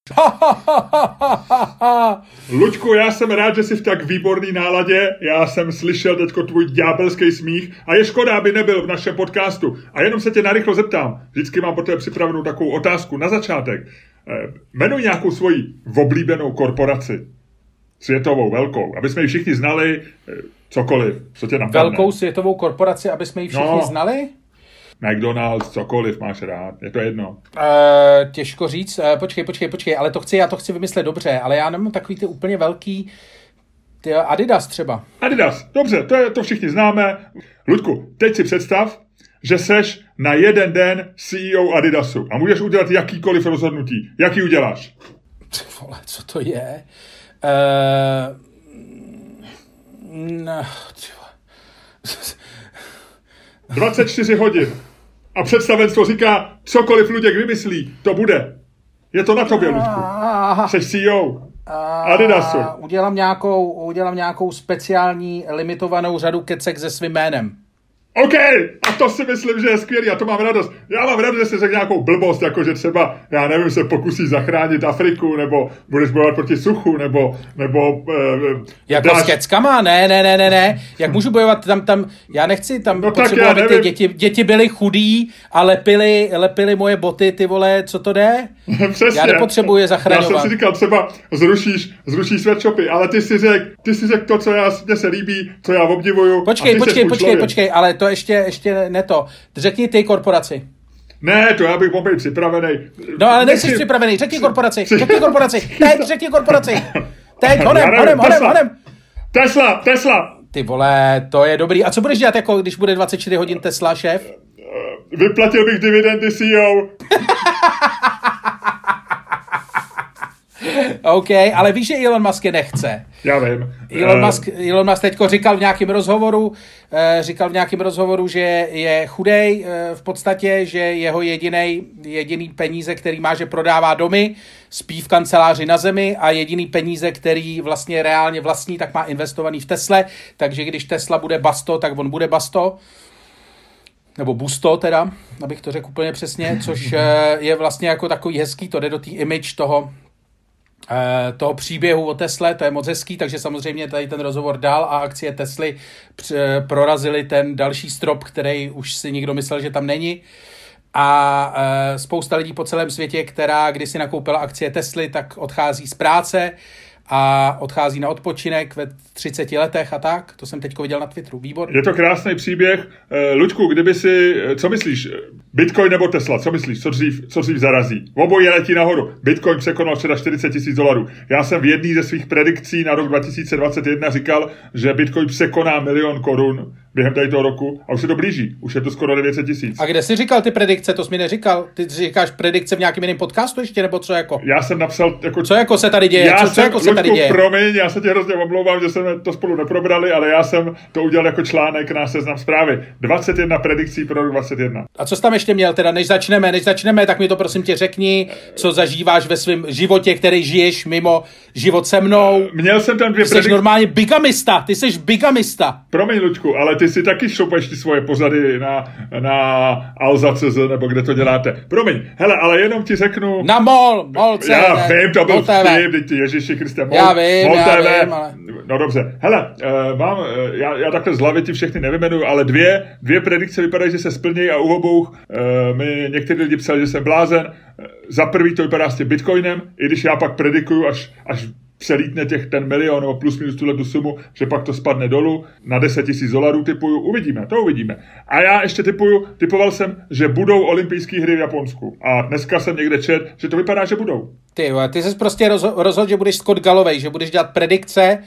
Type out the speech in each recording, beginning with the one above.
Luďku, já jsem rád, že jsi v tak výborný náladě. Já jsem slyšel teďko tvůj ďábelský smích a je škoda, aby nebyl v našem podcastu. A jenom se tě narychlo zeptám. Vždycky mám pro tebe připravenou takovou otázku na začátek. Jmenuj nějakou svoji oblíbenou korporaci. Světovou, velkou. Aby jsme ji všichni znali, cokoliv, co tě napadne. Velkou světovou korporaci, aby jsme ji všichni znali? McDonald's, cokoliv máš rád, je to jedno. Těžko říct, počkej, ale já to chci vymyslet dobře, ale já nemám takový ty úplně velký, Adidas třeba. Adidas, dobře, to všichni známe. Luďku, teď si představ, že seš na jeden den CEO Adidasu a můžeš udělat jakýkoliv rozhodnutí. Jaký uděláš? Vole, co to je? 24 hodin. A představenstvo říká, cokoliv Luděk vymyslí, to bude. Je to na tobě, Luďku. Jsi CEO Adidasu. Udělám nějakou speciální limitovanou řadu kecek se svým jménem. OK, a to si myslím, že je skvělý, a to mám radost. Já mám radost, že jsi řekl nějakou blbost, jako že třeba, já nevím, se pokusí zachránit Afriku, nebo budeš bojovat proti suchu, nebo jako s keckama? Ne. Jak můžu bojovat tam já nechci tam potřebuji, aby ty děti byly chudý a lepily moje boty, ty vole, co to jde? Přesně. Já nepotřebuji je zachraňovat. Já jsem si říkal, třeba zrušíš sweatshopy, ale ty si řekl to, co mně se líbí, co já obdivuju. Počkej, ale to ještě ne to. Řekni ty korporaci. Ne, to já bych mohl být připravený. No ale nejsi připravený, řekni korporaci. Teď řekni korporaci. Teď, honem. Tesla. Ty vole, to je dobrý. A co budeš dělat, jako když bude 24 hodin Tesla, šéf? Vyplatil bych dividendy CEO. OK, ale víš, že Elon Musk je nechce. Já vím. Elon Musk teďko říkal v nějakém rozhovoru, že je chudej v podstatě, že jeho jediný peníze, který má, že prodává domy, spí v kanceláři na zemi a jediný peníze, který vlastně reálně vlastní, tak má investovaný v Tesle, takže když Tesla bude basto, tak on bude basto. Nebo busto teda, abych to řekl úplně přesně, což je vlastně jako takový hezký, to jde do té image toho příběhu o Tesle, to je moc hezký, takže samozřejmě tady ten rozhovor dal a akcie Tesly prorazily ten další strop, který už si nikdo myslel, že tam není. A spousta lidí po celém světě, která kdysi nakoupila akcie Tesly, tak odchází z práce a odchází na odpočinek ve 30 letech a tak. To jsem teďko viděl na Twitteru. Výborný. Je to krásný příběh. Luďku, co myslíš? Bitcoin nebo Tesla? Co myslíš? Co dřív zarazí? Oboje letí nahoru. Bitcoin překonal včera $40,000. Já jsem v jedné ze svých predikcí na rok 2021 říkal, že Bitcoin překoná 1 000 000 korun během tady toho roku a už se to blíží. Už je to skoro 900 000. A kde jsi říkal ty predikce? To jsi mi neříkal. Ty říkáš predikce v nějakém jiném podcastu ještě, nebo co jako? Já jsem napsal jako... Co jako se tady děje? Promiň, já se ti hrozně omlouvám, že jsme to spolu neprobrali, ale já jsem to udělal jako článek na Seznam Zprávy. 21 predikcí pro rok 2021. A co jsi tam ještě měl teda, než začneme, tak mi to prosím tě řekni, co zažíváš ve svém životě, který žiješ mimo život se mnou. Měl jsem tam 2 predikce. Ty jsi normálně bigamista, ty jsi bigamista. Promiň, Luďku, ale ty si taky šoupeš ty svoje pozady na Alza.cz nebo kde to děláte. Promiň, hele, ale jenom ti řeknu... Na MOL.cz. Já vím, to byl vtip, ty Ježíši Kriste, MOL. Já vím, ale... No dobře, hele, já takhle z hlavy ti všechny nevymenuju, ale dvě predikce vypadají, že se splní a u obou mi někteří lidi psali, že jsem blázen. Za prvý to vypadá s tím Bitcoinem, i když já pak predikuju, až přelítne ten milion nebo plus minus tuhletu sumu, že pak to spadne dolů na $10,000 typuju, uvidíme. A já ještě typoval jsem, že budou olympijské hry v Japonsku. A dneska jsem někde četl, že to vypadá, že budou. Ty jsi prostě rozhodl, že budeš Scott Galloway, že budeš dělat predikce.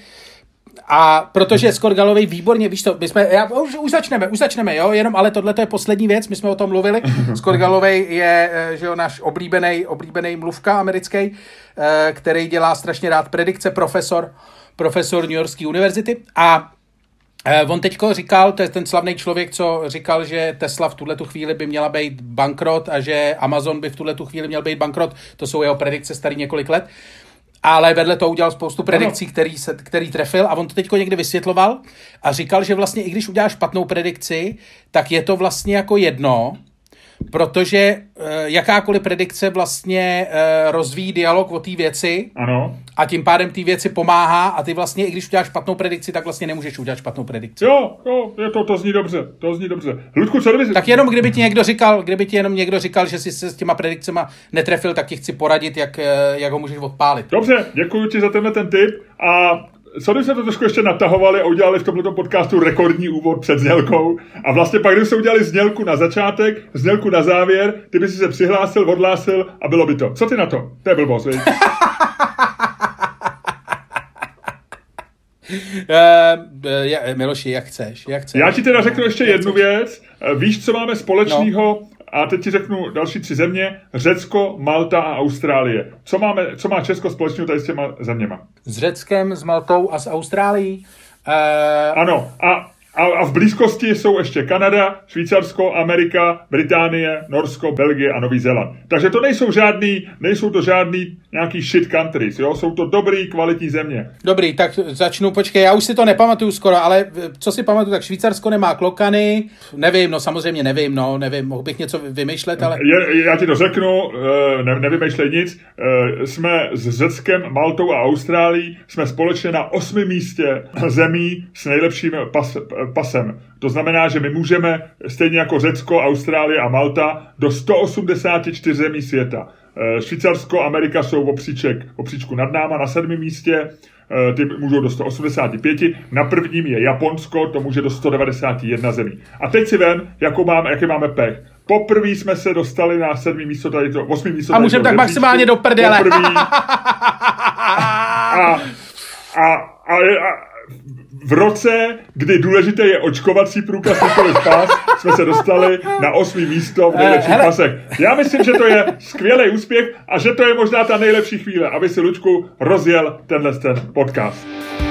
A protože Scott Galloway výborně, víš to, už začneme, jo, jenom, ale tohle je poslední věc, my jsme o tom mluvili. Scott Galloway je, že jo, náš oblíbený mluvka americký, který dělá strašně rád predikce, profesor New Yorkské univerzity a on teďko říkal, to je ten slavný člověk, co říkal, že Tesla v tuhletu chvíli by měla být bankrot a že Amazon by v tuhletu chvíli měl být bankrot, to jsou jeho predikce starý několik let. Ale vedle toho udělal spoustu predikcí, který trefil a on to teďko někdy vysvětloval a říkal, že vlastně i když uděláš špatnou predikci, tak je to vlastně jako jedno, protože jakákoliv predikce vlastně rozvíjí dialog o té věci. Ano. A tím pádem té věci pomáhá a ty vlastně, i když uděláš špatnou predikci, tak vlastně nemůžeš udělat špatnou predikci. Jo, to zní dobře. Ludku, co kdyby... Tak jenom kdyby ti jenom někdo říkal, že jsi se s těma predikcema netrefil, tak ti chci poradit, jak ho můžeš odpálit. Dobře, děkuji ti za ten tip a co když jsme to trošku ještě natahovali a udělali v tomto podcastu rekordní úvod před znělkou a vlastně pak, když jsme udělali znělku na začátek, znělku na závěr, ty bys se přihlásil, odhlásil a bylo by to. Co ty na to? To je blbost, viď? Miloši, jak chceš. Já ti teda řeknu ještě jednu věc. Víš, co máme společného? No. A teď ti řeknu další 3 země. Řecko, Malta a Austrálie. Co má Česko společného tady s těma zeměma? S Řeckem, s Maltou a s Austrálií? Ano. A v blízkosti jsou ještě Kanada, Švýcarsko, Amerika, Británie, Norsko, Belgie a Nový Zéland. Takže to nejsou to žádný nějaký shit countries, jo? Jsou to dobrý, kvalitní země. Dobrý, tak začnu, počkej, já už si to nepamatuju skoro, ale co si pamatuju, tak Švýcarsko nemá klokany, nevím, mohl bych něco vymýšlet, ale... Já ti to řeknu, nevymýšlej nic, jsme s Řeckem, Maltou a Austrálií, jsme společně na 8. místě zemí s nejlepším pasem. To znamená, že my můžeme, stejně jako Řecko, Austrálie a Malta, do 184 zemí světa. Švýcarsko, Amerika jsou opříčku nad náma na 7. místě, ty můžou do 185, na prvním je Japonsko, to může do 191 zemí. A teď si vem, jaký máme pech. Poprvé jsme se dostali na 7. místo, tady to 8. místo. A můžeme tak maximálně do prdele. V roce, kdy důležité je očkovací průkaz, nikoliv pas, jsme se dostali na 8. místo v nejlepších pasech. Já myslím, že to je skvělý úspěch a že to je možná ta nejlepší chvíle, aby si, Luďku, rozjel ten podcast.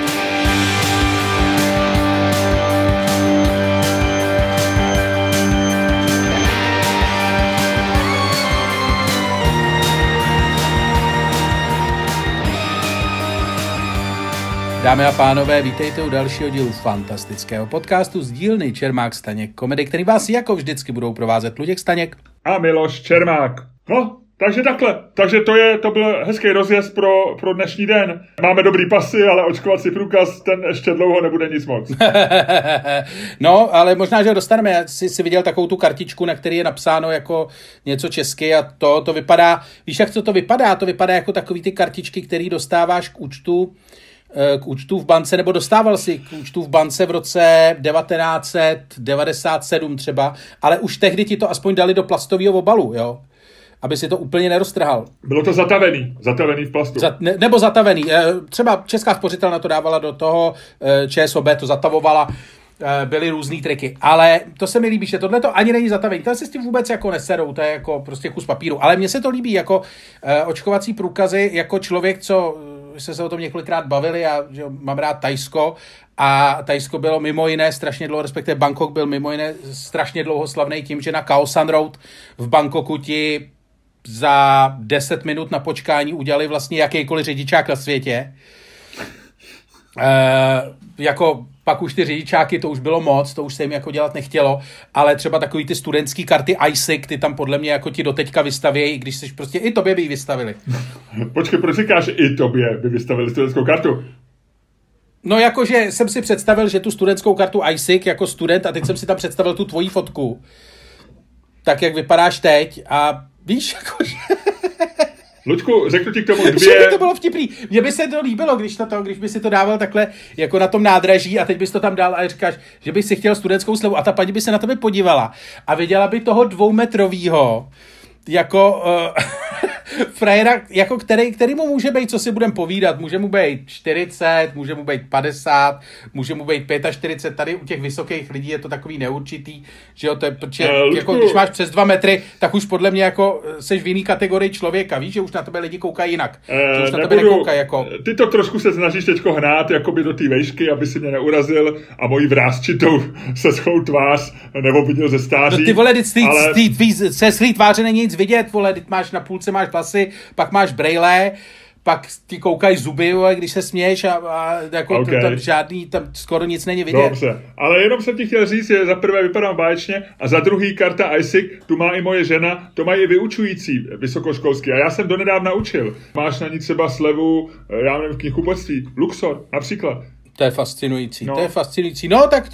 Dámy a pánové, vítejte u dalšího dílu fantastického podcastu z dílny Čermák Staněk Komedy, který vás jako vždycky budou provázet Luděk Staněk a Miloš Čermák. No, takže takhle. Takže to byl hezký rozjezd pro dnešní den. Máme dobrý pasy, ale očkovací průkaz, ten ještě dlouho nebude nic moc. No, ale možná, že ho dostaneme. Já si viděl takovou tu kartičku, na který je napsáno jako něco česky a to vypadá, víš, jak to vypadá? To vypadá jako takový ty kartičky, který dostáváš k účtu v bance, nebo dostával si k účtu v bance v roce 1997 třeba, ale už tehdy ti to aspoň dali do plastového obalu, jo? Aby si to úplně neroztrhal. Bylo to zatavený v plastu. Nebo zatavený. Třeba Česká spořitelna to dávala do toho, ČSOB to zatavovala, byly různý triky, ale to se mi líbí, že tohle to ani není zatavený, to se s tím vůbec jako neserou, to je jako prostě kus papíru, ale mně se to líbí jako očkovací průkazy, jako člověk, co jsme se o tom několikrát bavili a že mám rád Thajsko a Thajsko bylo mimo jiné strašně dlouho, respektive Bangkok byl mimo jiné strašně dlouho slavný tím, že na Khao San Road v Bangkoku ti za 10 minut na počkání udělali vlastně jakýkoliv řidičák na světě. Jako pak už ty řidičáky, to už bylo moc, to už se jim jako dělat nechtělo, ale třeba takový ty studentský karty ISIC, ty tam podle mě jako ti doteďka vystavějí, když jsi prostě i tobě by ji vystavili. Počkej, proč říkáš i tobě by vystavili studentskou kartu? No jakože jsem si představil, že tu studentskou kartu ISIC jako student a teď jsem si tam představil tu tvoji fotku, tak jak vypadáš teď a víš, jakože... Luďku, řeknu ti k tomu 2... Že by to bylo vtipný. Mně by se to líbilo, když by si to dával takhle jako na tom nádraží a teď bys to tam dal a říkáš, že bys si chtěl studentskou slevu a ta paní by se na tebe podívala a viděla by toho 2metrovýho jako frajera, jako který mu může být, co si budem povídat, může mu být 40, může mu být 50, může mu být 45, tady u těch vysokých lidí je to takový neurčitý, že jo, to je, protože jako když máš přes 2 metry, tak už podle mě jako seš v jiný kategorii člověka, víš, že už na tebe lidi koukají jinak, že už na tebe nekoukají jako... Ty to trošku se snažíš teďko hnát jakoby do té vejšky, aby si mě neurazil a mojí vrásčitou seschou tvář neobvinil ze stáří. No ty vole, se svý tváře není nic vidět, vole, máš na půlce máš vlasy, pak máš brejle, pak ti koukají zuby, když se směješ a jako Okay. tam žádný, tam skoro nic není vidět. Dobře, ale jenom jsem ti chtěl říct, že za prvé vypadám báječně a za druhý karta ISIC, tu má i moje žena, to mají i vyučující vysokoškolský a já jsem donedávna učil. Máš na ní třeba slevu, já nevím, v knihkupectví, Luxor například. To je fascinující, to je fascinující. No tak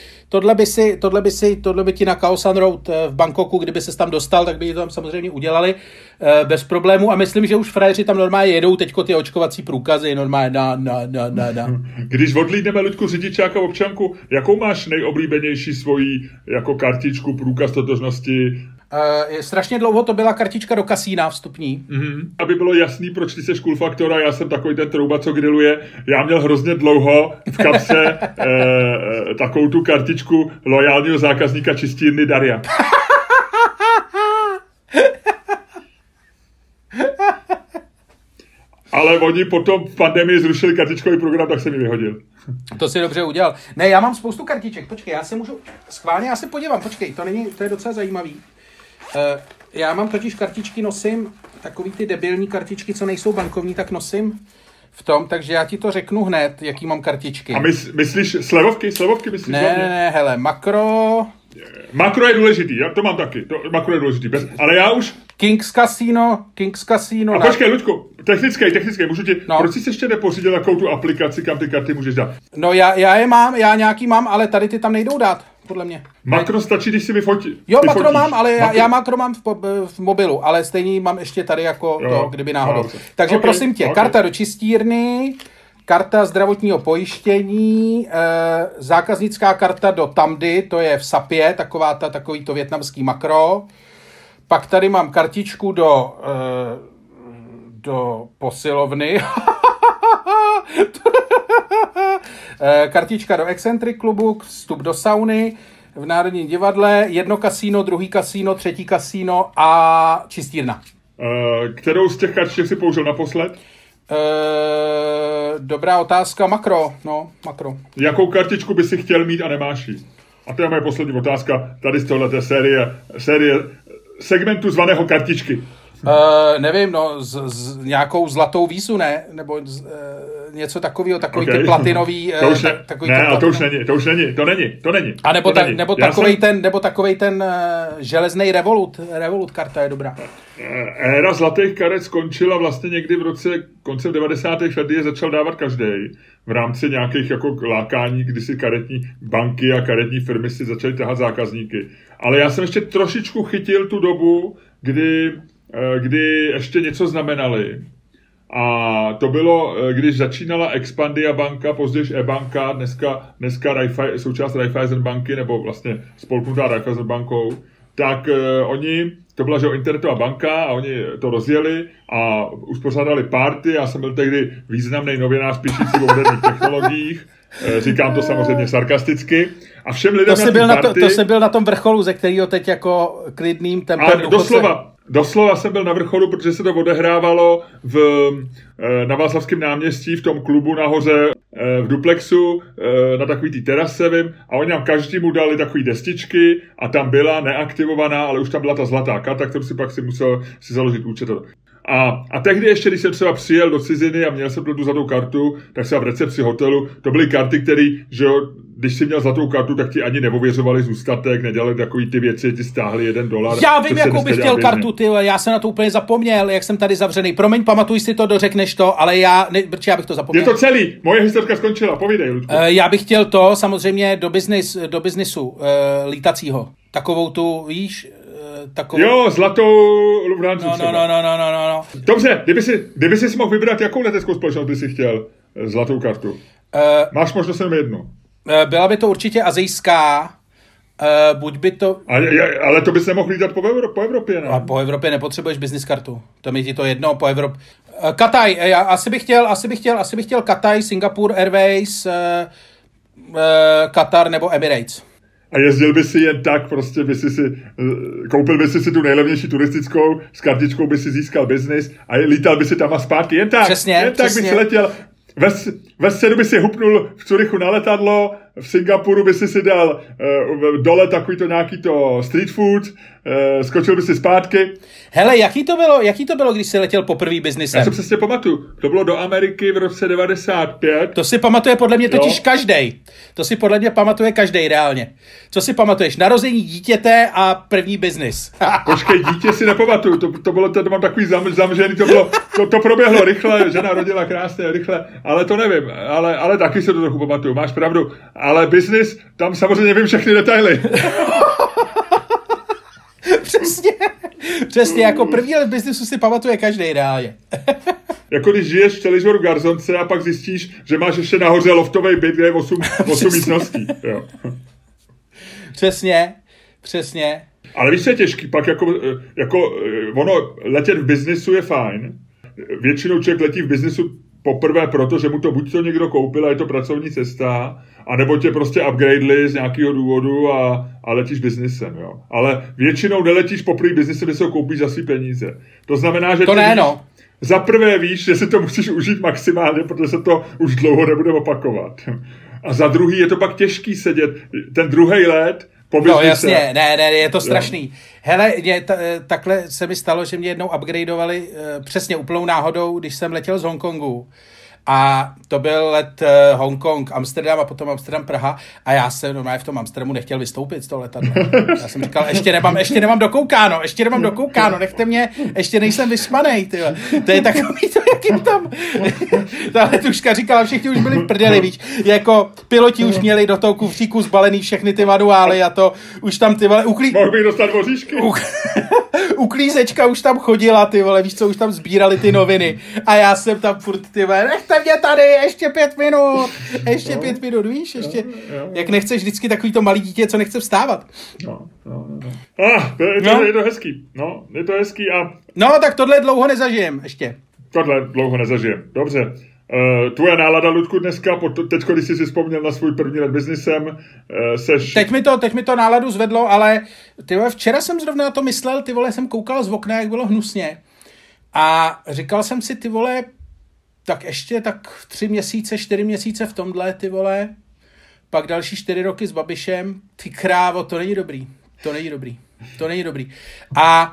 tohle by ti na Khao San Road v Bangkoku, kdyby ses tam dostal, tak by to tam samozřejmě udělali bez problému a myslím, že už frajeři tam normálně jedou teďko ty očkovací průkazy, normálně na. Když odlídneme, Luďku, řidičáka občanku, jakou máš nejoblíbenější svoji jako kartičku, průkaz totožnosti? Strašně dlouho to byla kartička do kasína vstupní. Aby bylo jasný, proč ty seš cool faktor a já jsem takový ten trouba, co grilluje. Já měl hrozně dlouho v kapse takovou tu kartičku lojálního zákazníka čistírny Daria. Ale oni potom v pandemii zrušili kartičkový program, tak jsem ji vyhodil. To si dobře udělal. Ne, já mám spoustu kartiček, počkej, já se můžu schválně, já se podívám, počkej, to je docela zajímavý. Já mám totiž kartičky, nosím, takový ty debilní kartičky, co nejsou bankovní, tak nosím v tom, takže já ti to řeknu hned, jaký mám kartičky. A myslíš slevovky? Slevovky myslíš? Ne, hele, makro... Makro je důležitý, já to mám taky, makro je důležitý, ale já už... Kings Casino. A počkej, Luďku, technický, můžu ti, proč jsi ještě nepořídil takovou tu aplikaci, kam ty karty můžeš dát? No já je mám, já nějaký mám, ale tady ty tam nejdou dát, podle mě. Makro stačí, když si vyfotí. Jo, makro mám, ale já makro mám v mobilu, ale stejně mám ještě tady jako to, kdyby náhodou. Takže prosím tě, karta do čistírny, karta zdravotního pojištění, zákaznická karta do Tamdy, to je v Sapě, takový to vietnamský makro. Pak tady mám kartičku do posilovny. Kartička do Eccentric klubu, vstup do sauny, v Národním divadle, jedno kasíno, druhý kasíno, třetí kasíno a čistírna. Kterou z těch kartiček si použil naposled? Dobrá otázka, makro. Jakou kartičku by si chtěl mít a nemáš ji? A to je moje poslední otázka tady z tohleté série segmentu zvaného kartičky. Nevím, z nějakou zlatou vízu, ne? Nebo něco takového, takový ty platinový... To není. A nebo takovej ten železnej Revolut karta je dobrá. Éra zlatých karet skončila vlastně někdy koncem 90. let, kdy je začal dávat každý v rámci nějakých jako lákání, kdy si karetní banky a karetní firmy si začaly tahat zákazníky. Ale já jsem ještě trošičku chytil tu dobu, kdy ještě něco znamenaly. A to bylo, když začínala Expandia banka, později e-banka, dneska součást Raiffeisen banky, nebo vlastně spolknutá Raiffeisen bankou, tak to byla, že internetová banka a oni to rozjeli a uspořádali party. Já jsem byl tehdy významný novinář píšící o moderních technologiích. Říkám to samozřejmě sarkasticky. A všem lidem to jsi byl na tom vrcholu, ze kterého teď jako klidným tempem Doslova jsem byl na vrcholu, protože se to odehrávalo na Václavském náměstí v tom klubu nahoře v duplexu na takový té terase a oni nám každému dali takový destičky a tam byla neaktivovaná, ale už tam byla ta zlatá karta, kterou si pak si musel založit účet. A tehdy ještě, když jsem třeba přijel do ciziny a měl jsem tu zlatou kartu, tak třeba v recepci hotelu, to byly karty, které, že jo, když jsi měl zlatou kartu, tak ti ani neověřovali zůstatek, nedělali takový ty věci, ti stáhli $1. Já vím, jakou bych chtěl kartu, ty, já jsem na to úplně zapomněl, jak jsem tady zavřený. Promiň, pamatuj si to, dořekneš to, ale protože já bych to zapomněl. Je to celý, moje historka skončila, povídej, Ludku. Já bych chtěl to samozřejmě do biznisu lítacího. Takovou tu, víš, takovou... Jo, zlatou Lufthansa. No. Dobře, kdyby si mohl vybrat, jakou leteckou společnost by si chtěl zlatou kartu? Máš možnost jenom jednu. Byla by to určitě asijská, buď by to... Ale to bys nemohl lítat po Evropě, ne? A po Evropě nepotřebuješ business kartu. To mi ti to jedno, po Evropě. Kataj, já asi bych chtěl Kataj, Singapore Airways, Qatar nebo Emirates. A jezdil by si jen tak, prostě koupil by si tu nejlevnější turistickou, s kartičkou by si získal biznis a lítal by si tam a zpátky, jen tak. Přesně. Tak by si letěl. Ve středu by si hupnul v Curychu na letadlo, v Singapuru by si dal dole takový to nějaký to street food, skočil by si zpátky. Hele, jaký to bylo, když jsi letěl poprvý biznisem? Já se přesně pamatuju. To bylo do Ameriky v roce 95. To si pamatuje podle mě totiž každej. To si podle mě pamatuje každej reálně. Co si pamatuješ? Narození dítěte a první biznis. Počkej, dítě si nepamatuju. To bylo, to mám takový zamřený, to proběhlo rychle, žena rodila krásně, rychle, ale to nevím. Ale taky si to trochu pamatuju, máš pravdu. Ale biznis, tam samozřejmě vím všechny detaily. Přesně, jako první let v biznisu si pamatuje každý reálně. Jako když žiješ celý život v garzonce a pak zjistíš, že máš ještě nahoře loftovej byt, kde je 8 místností. Jo. Přesně. Ale víš, co je těžký, pak jako ono, letět v biznisu je fajn. Většinou člověk letí v biznisu poprvé proto, že mu to buď to někdo koupil a je to pracovní cesta, anebo tě prostě upgradeli z nějakého důvodu a letíš biznisem, jo. Ale většinou neletíš poprvé biznisem, kde se ho koupíš za svý peníze. To znamená, že za prvé víš, že si to musíš užít maximálně, protože se to už dlouho nebude opakovat. A za druhý je to pak těžký sedět. Ten druhý let po biznise. No jasně, ne, je to strašný. Jo. Hele, takhle se mi stalo, že mě jednou upgradeovali přesně úplnou náhodou, když jsem letěl z Hongkongu. A to byl let Hongkong, Amsterdam a potom Amsterdam, Praha. A já jsem normálně v tom Amsterdamu nechtěl vystoupit z toho letadla. Já jsem říkal, ještě nemám dokoukáno, nechte mě, ještě nejsem vyspanej, tyhle. To je takový to, jak jim tam ta letuška říkala, všichni už byli v prdeli, víš. Jako piloti už měli do toho kufříku zbalený všechny ty manuály a to už tam ty vole Mohl bych dostat voříšky. Uklízečka už tam chodila, ty vole, víš co, už tam sbírali ty noviny. A já jsem tam furt, ty vole, nechte mě tady, ještě 5 minut, víš, ještě. Jak nechceš vždycky takový to malý dítě, co nechce vstávat. Je to hezký. No, je to hezký a... No, tak tohle dlouho nezažijem, ještě. Dobře. Tvoje nálada, Ludku, dneska, teď, když jsi si vzpomněl na svůj první let biznisem, seš... Teď mi to náladu zvedlo, ale ty vole, včera jsem zrovna na to myslel, ty vole, jsem koukal z okna, jak bylo hnusně. A říkal jsem si, ty vole, tak ještě tak 4 měsíce v tomhle, ty vole, pak další 4 roky s Babišem, ty krávo, to není dobrý. A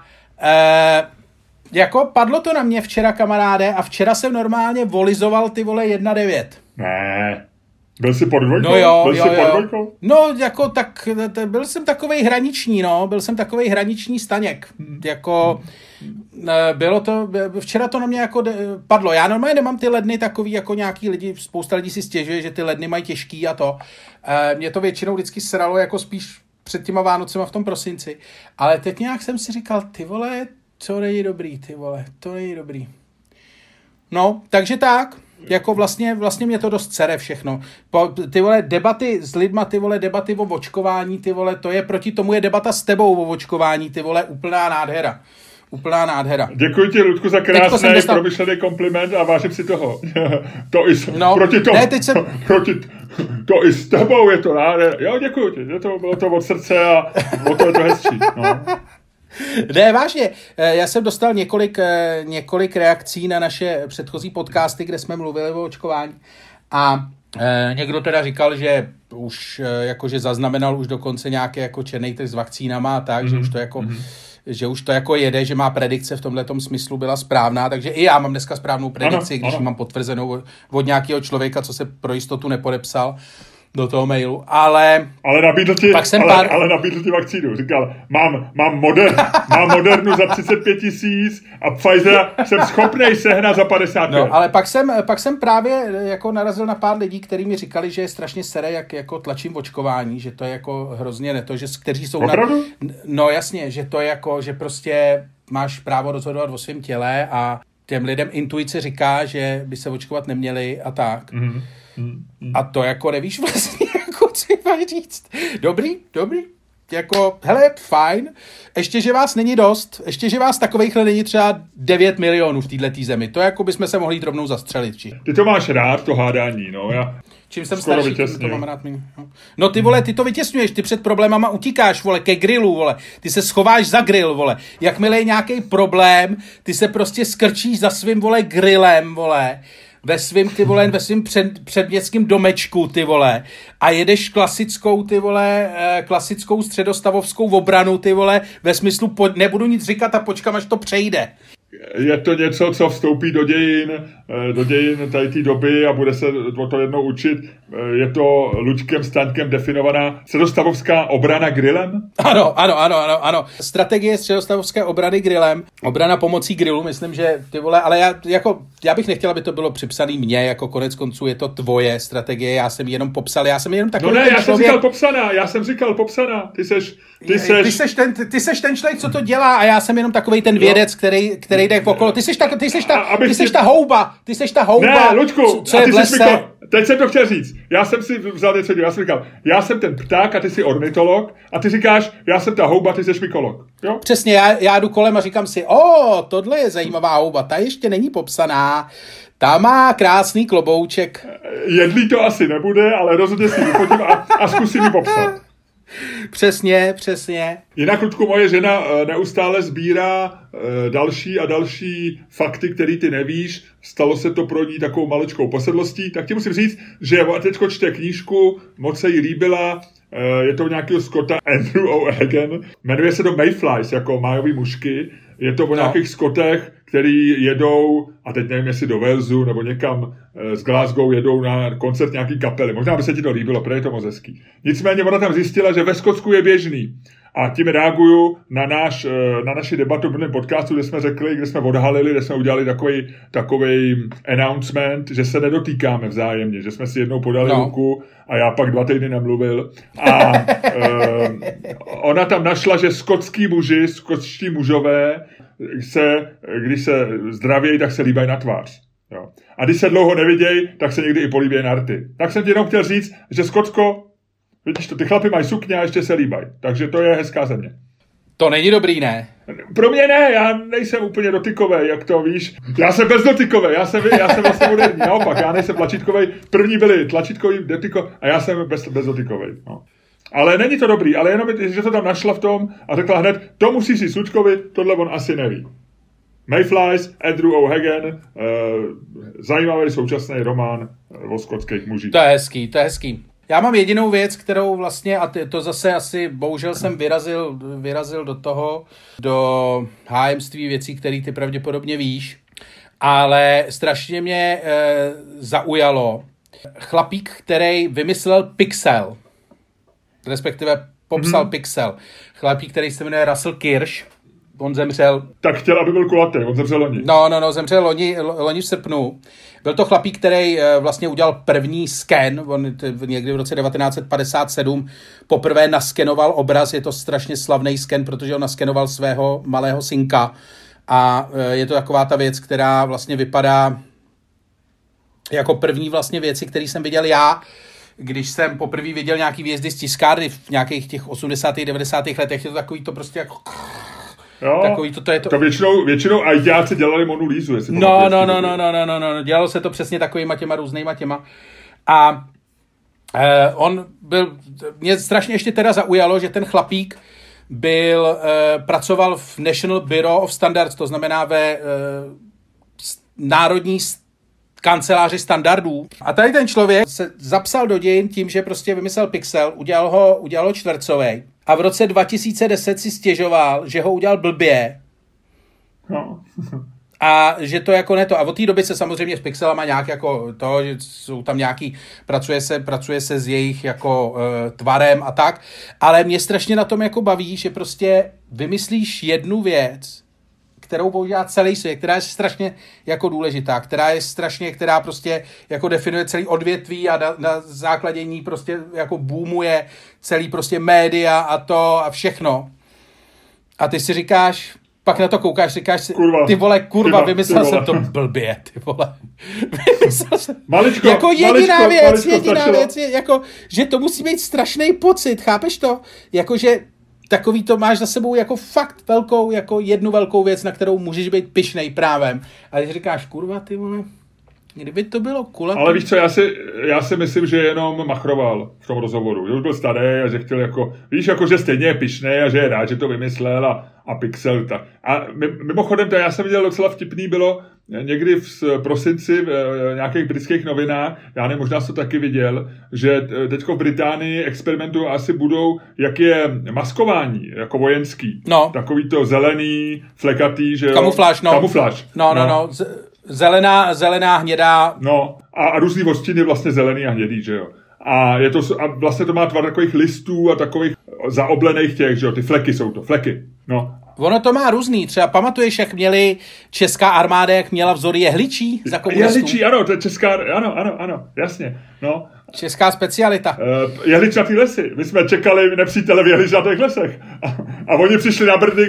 jako padlo to na mě včera, kamaráde, a včera jsem normálně volizoval, ty vole, 1,9. Ne. Byl jsi pod dvojkou? No jo. No, jako tak, byl jsem takovej hraniční Staněk. Jako, bylo to, včera to na mě jako padlo. Já normálně nemám ty ledny takový, jako nějaký lidi, spousta lidí si stěžuje, že ty ledny mají těžký a to. Mě to většinou vždycky sralo, jako spíš před těma Vánocema v tom prosinci. Ale teď nějak jsem si říkal, ty vole, to není dobrý. No, takže tak. Jako vlastně mě to dost sere všechno. Ty vole debaty s lidma, ty vole debaty o očkování, ty vole, to je proti tomu je debata s tebou o očkování, ty vole, úplná nádhera. Děkuji ti, Ludku, za krásný promyšlený kompliment a vážím si toho. To i s tebou je to nádhera. Jo, děkuji ti, bylo to od srdce a to je to hezčí. No. Ne, vážně. Já jsem dostal několik reakcí na naše předchozí podcasty, kde jsme mluvili o očkování. A někdo teda říkal, že už jakože zaznamenal už dokonce nějaké jako černý trh s vakcínama a tak, že už to jako že už to jako jede, že má predikce v tomhletom smyslu byla správná, takže i já mám dneska správnou predikci, když ji mám potvrzenou od nějakého člověka, co se pro jistotu nepodepsal do toho mailu, ale nabídl ti vakcínu. Říkal, mám Modernu za 35 000 a Pfizer jsem schopnej sehnat za 55. No, ale pak jsem právě jako narazil na pár lidí, kteří mi říkali, že je strašně sere, jak jako tlačím očkování, že to je jako hrozně neto, že kteří jsou no jasně, že to je jako, že prostě máš právo rozhodovat o svém těle a těm lidem intuice říká, že by se očkovat neměli a tak. A to jako nevíš vlastně, jako třeba říct. Dobrý. Jako, hele, fajn. Ještě, že vás není dost. Ještě, že vás takovejhle není třeba 9 milionů v této zemi. To jako bychom se mohli jít rovnou zastřelit. Ty to máš rád, to hádání, no. Čím jsem starší, tím to mám rád. No ty vole, ty to vytěsňuješ, ty před problémama utíkáš, vole, ke grilu, vole. Ty se schováš za grill, vole. Jakmile je nějaký problém, ty se prostě skrčíš za svým, vole, grillem, vole. ve svým, ty vole, ve svým předměstským domečku, ty vole, a jedeš klasickou, ty vole, klasickou středostavovskou obranu, ty vole, ve smyslu, nebudu nic říkat a počkám, až to přejde. Je to něco, co vstoupí do dějin tady té doby a bude se o to jednou učit. Je to Luďkem Staňkem definovaná středostavovská obrana grillem? Ano. Strategie středostavovské obrany grillem. Obrana pomocí grillu, myslím, že ty vole, ale já bych nechtěl, aby to bylo připsaný mně, jako konec konců je to tvoje strategie, já jsem jenom popsal, já jsem jenom takový já jsem říkal popsaná, ty seš ten člověk, co to dělá a já jsem jenom takovej ten vědec, který jde okolo. Ty seš ta houba. Ne, Luďku, co je v lese. Teď jsem to chtěl říct. Já jsem si vzal něco, já jsem říkal, já jsem ten pták a ty jsi ornitolog a ty říkáš, já jsem ta houba, ty jsi mykolog. Jo? Přesně, já jdu kolem a říkám si, tohle je zajímavá houba, ta ještě není popsaná, ta má krásný klobouček. Jedlý to asi nebude, ale rozhodně si vyfotím a zkusím ji popsat. Přesně. Jinak, Ludku, moje žena neustále sbírá další a další fakty, které ty nevíš. Stalo se to pro ní takovou maličkou posedlostí. Tak ti musím říct, že teďko čte knížku, moc se jí líbila, je to nějakého Scotta Andrew O'Hagan, jmenuje se to Mayflies, jako májový mušky. Je to o nějakých Skotech, který jedou, a teď nevím, jestli do Walesu nebo někam z Glasgow jedou na koncert nějaký kapely. Možná by se ti to líbilo, protože je to moc hezký. Nicméně ona tam zjistila, že ve Skotsku je běžný. A tím reaguju na naši debatu v minulém podcastu, kde jsme řekli, kde jsme odhalili, kde jsme udělali takovej announcement, že se nedotýkáme vzájemně, že jsme si jednou podali ruku a já pak 2 týdny nemluvil. A ona tam našla, že skotští mužové když se zdravějí, tak se líbají na tvář. Jo. A když se dlouho nevidějí, tak se někdy i políbějí na rty. Tak jsem ti jenom chtěl říct, že Skotsko, vidíš to, ty chlapi mají sukně a ještě se líbají. Takže to je hezká země. To není dobrý, ne? Pro mě ne, já nejsem úplně dotykový, jak to víš. Já jsem bezdotykový, já jsem vlastně moderní, naopak, já nejsem tlačítkový. První byli tlačítkový, dotyko a já jsem bezdotykový. No. Ale není to dobrý, ale jenom, že to tam našla v tom a řekla hned, to musí si Sučkovi, tohle on asi neví. Mayflies, Andrew O'Hagan, zajímavý současný román o skotských mužích. To je hezký. Já mám jedinou věc, kterou vlastně, a to zase asi, bohužel jsem vyrazil do hájemství věcí, které ty pravděpodobně víš, ale strašně mě zaujalo chlapík, který vymyslel Pixel, respektive popsal Pixel. Chlapík, který se jmenuje Russell Kirsch, on zemřel... Tak chtěl, aby byl kulatý, on zemřel loni. No, zemřel loni v srpnu. Byl to chlapík, který vlastně udělal první sken, on někdy v roce 1957 poprvé naskenoval obraz, je to strašně slavný sken, protože on naskenoval svého malého synka a je to taková ta věc, která vlastně vypadá jako první vlastně věci, které jsem viděl já, když jsem poprvé viděl nějaký výjezdy z tiskárny v nějakých těch 80. 90. letech, je to takový to prostě jako... Jo, takový to je to... To většinou ajťáci dělali Monu Lízu, jestli No, dělalo se to přesně takovýma těma různýma těma. A on byl, mě strašně ještě teda zaujalo, že ten chlapík pracoval v National Bureau of Standards, to znamená ve národní kanceláři standardů. A tady ten člověk se zapsal do dějin tím, že prostě vymyslel Pixel, udělal ho čtvercovej. A v roce 2010 si stěžoval, že ho udělal blbě. No. A že to jako ne to. A od té doby se samozřejmě s Pixelama nějak jako to, že jsou tam nějaký, pracuje se s jejich jako tvarem a tak. Ale mě strašně na tom jako baví, že prostě vymyslíš jednu věc, kterou používá celý svět, která je strašně jako důležitá, která prostě jako definuje celý odvětví a na základě ní prostě jako boomuje celý prostě média a to a všechno. A ty si říkáš, pak na to koukáš, říkáš si, ty vole, vymyslel jsem to blbě, ty vole. Vymyslel jsem. Jako jediná věc je, jako, že to musí být strašný pocit, chápeš to? Jakože takový to máš za sebou jako fakt velkou, jako jednu velkou věc, na kterou můžeš být pyšnej právem. A když říkáš, kurva, ty vole, kdyby to bylo kulatý. Ale víš co, já si myslím, že jenom machroval v tom rozhovoru. Že už byl starý a že chtěl jako, víš, jako, že stejně je pyšnej a že je rád, že to vymyslel a Pixel. A mimochodem, to já jsem viděl docela vtipný bylo, někdy v prosinci v nějakých britských novinách, já nevím, možná jsi to taky viděl, že teďko v Británii experimentují asi budou, jak je maskování, jako vojenský. No. Takový to zelený, flekatý, že jo? Kamufláž, no. Kamufláž. No. Zelená, hnědá. No, a různý odstiny vlastně zelený a hnědý, že jo? A vlastně to má tvar takových listů a takových zaoblených těch, že jo? Ty fleky jsou to, fleky. No. Ono to má různý. Třeba pamatuješ, jak měli česká armáda, jak měla vzor jehličí za komunistů? Jehličí, ano, to je česká, ano, jasně, no. Česká specialita. Jehličnatý lesy. My jsme čekali nepřítele v jehličnatých lesech. A oni přišli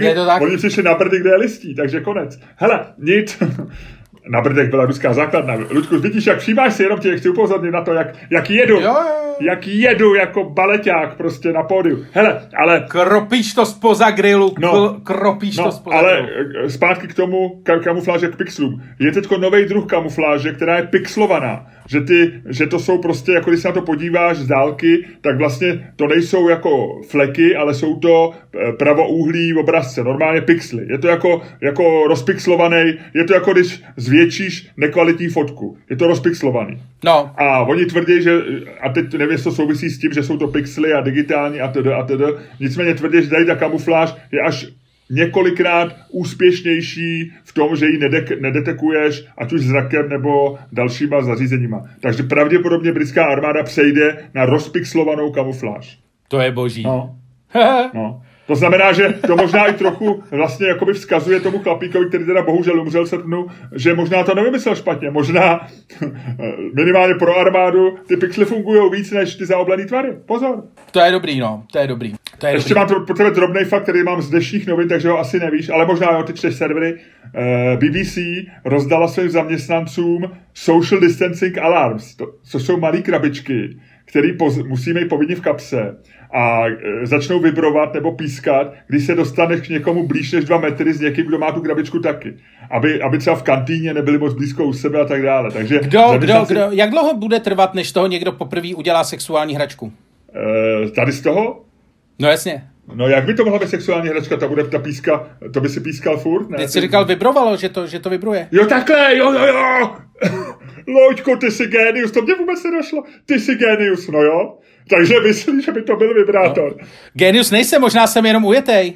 na Brdy, kde je listí, takže konec. Hele, nic. Na Brdech byla ruská základna. Luďku, vidíš, jak všímáš si, jenom tě chci upozornit na to, jak jedu. Jo. Jak jedu jako baleťák prostě na pódiu. Hele, ale... Kropíš to spoza grilu. No, kropíš to spoza ale grilu. Zpátky k tomu kamufláže k pixlům. Je teďko nový druh kamufláže, která je pixlovaná. Že to jsou prostě, jako když se na to podíváš z dálky, tak vlastně to nejsou jako fleky, ale jsou to pravoúhlí obrazce, normálně pixely. Je to jako rozpixlovaný, je to jako když zvětšíš nekvalitní fotku. Je to rozpixlovaný. No. A oni tvrdí, že, a teď nevím, jestli to souvisí s tím, že jsou to pixely a digitální a td. Nicméně tvrdí, že tady ta kamufláž je až několikrát úspěšnější v tom, že ji nedetekuješ, ať už zrakem nebo dalšíma zařízeníma. Takže pravděpodobně britská armáda přejde na rozpixlovanou kamufláž. To je boží. No. To znamená, že to možná i trochu vlastně jakoby vzkazuje tomu chlapíkovi, který teda bohužel umřel v srpnu, že možná to nevymyslel špatně. Možná minimálně pro armádu ty pixely fungují víc než ty zaoblený tvary. Pozor. To je dobrý, no. To je dobrý. Ještě mám pro tebe drobnej fakt, který mám z dnešních novin, takže ho asi nevíš, ale možná jo, ty čteš servery. BBC rozdala svým zaměstnancům social distancing alarms, což jsou malý krabičky, který musí mít povinně v kapse a začnou vibrovat nebo pískat, když se dostaneš k někomu blíž než 2 metry s někým, kdo má tu krabičku taky. Aby třeba v kantýně nebyli moc blízko u sebe a tak dále. Takže jak dlouho bude trvat, než toho někdo poprvé udělá sexuální hračku? Tady z toho? No jasně. No jak by to mohla být sexuální hračka, ta píska, to by si pískal furt, ne? Teď jsi říkal vibrovalo, že to vibruje. Jo takhle, jo. Loďko, ty jsi génius, to mě vůbec nedošlo. Ty jsi génius, no jo. Takže myslím, že by to byl vibrátor. No. Génius nejsem, možná jsem jenom ujetej.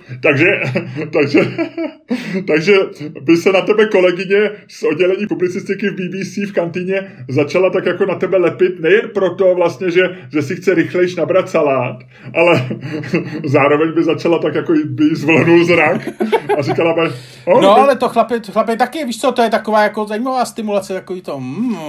Takže by se na tebe kolegyně z oddělení publicistiky v BBC v kantýně začala tak jako na tebe lepit, nejen proto vlastně, že si chce rychlejš nabrat salát, ale zároveň by začala tak jako by zvlhnul zrak a říkala by... No ale to chlapi taky, víš co, to je taková jako zajímavá stimulace, takový to...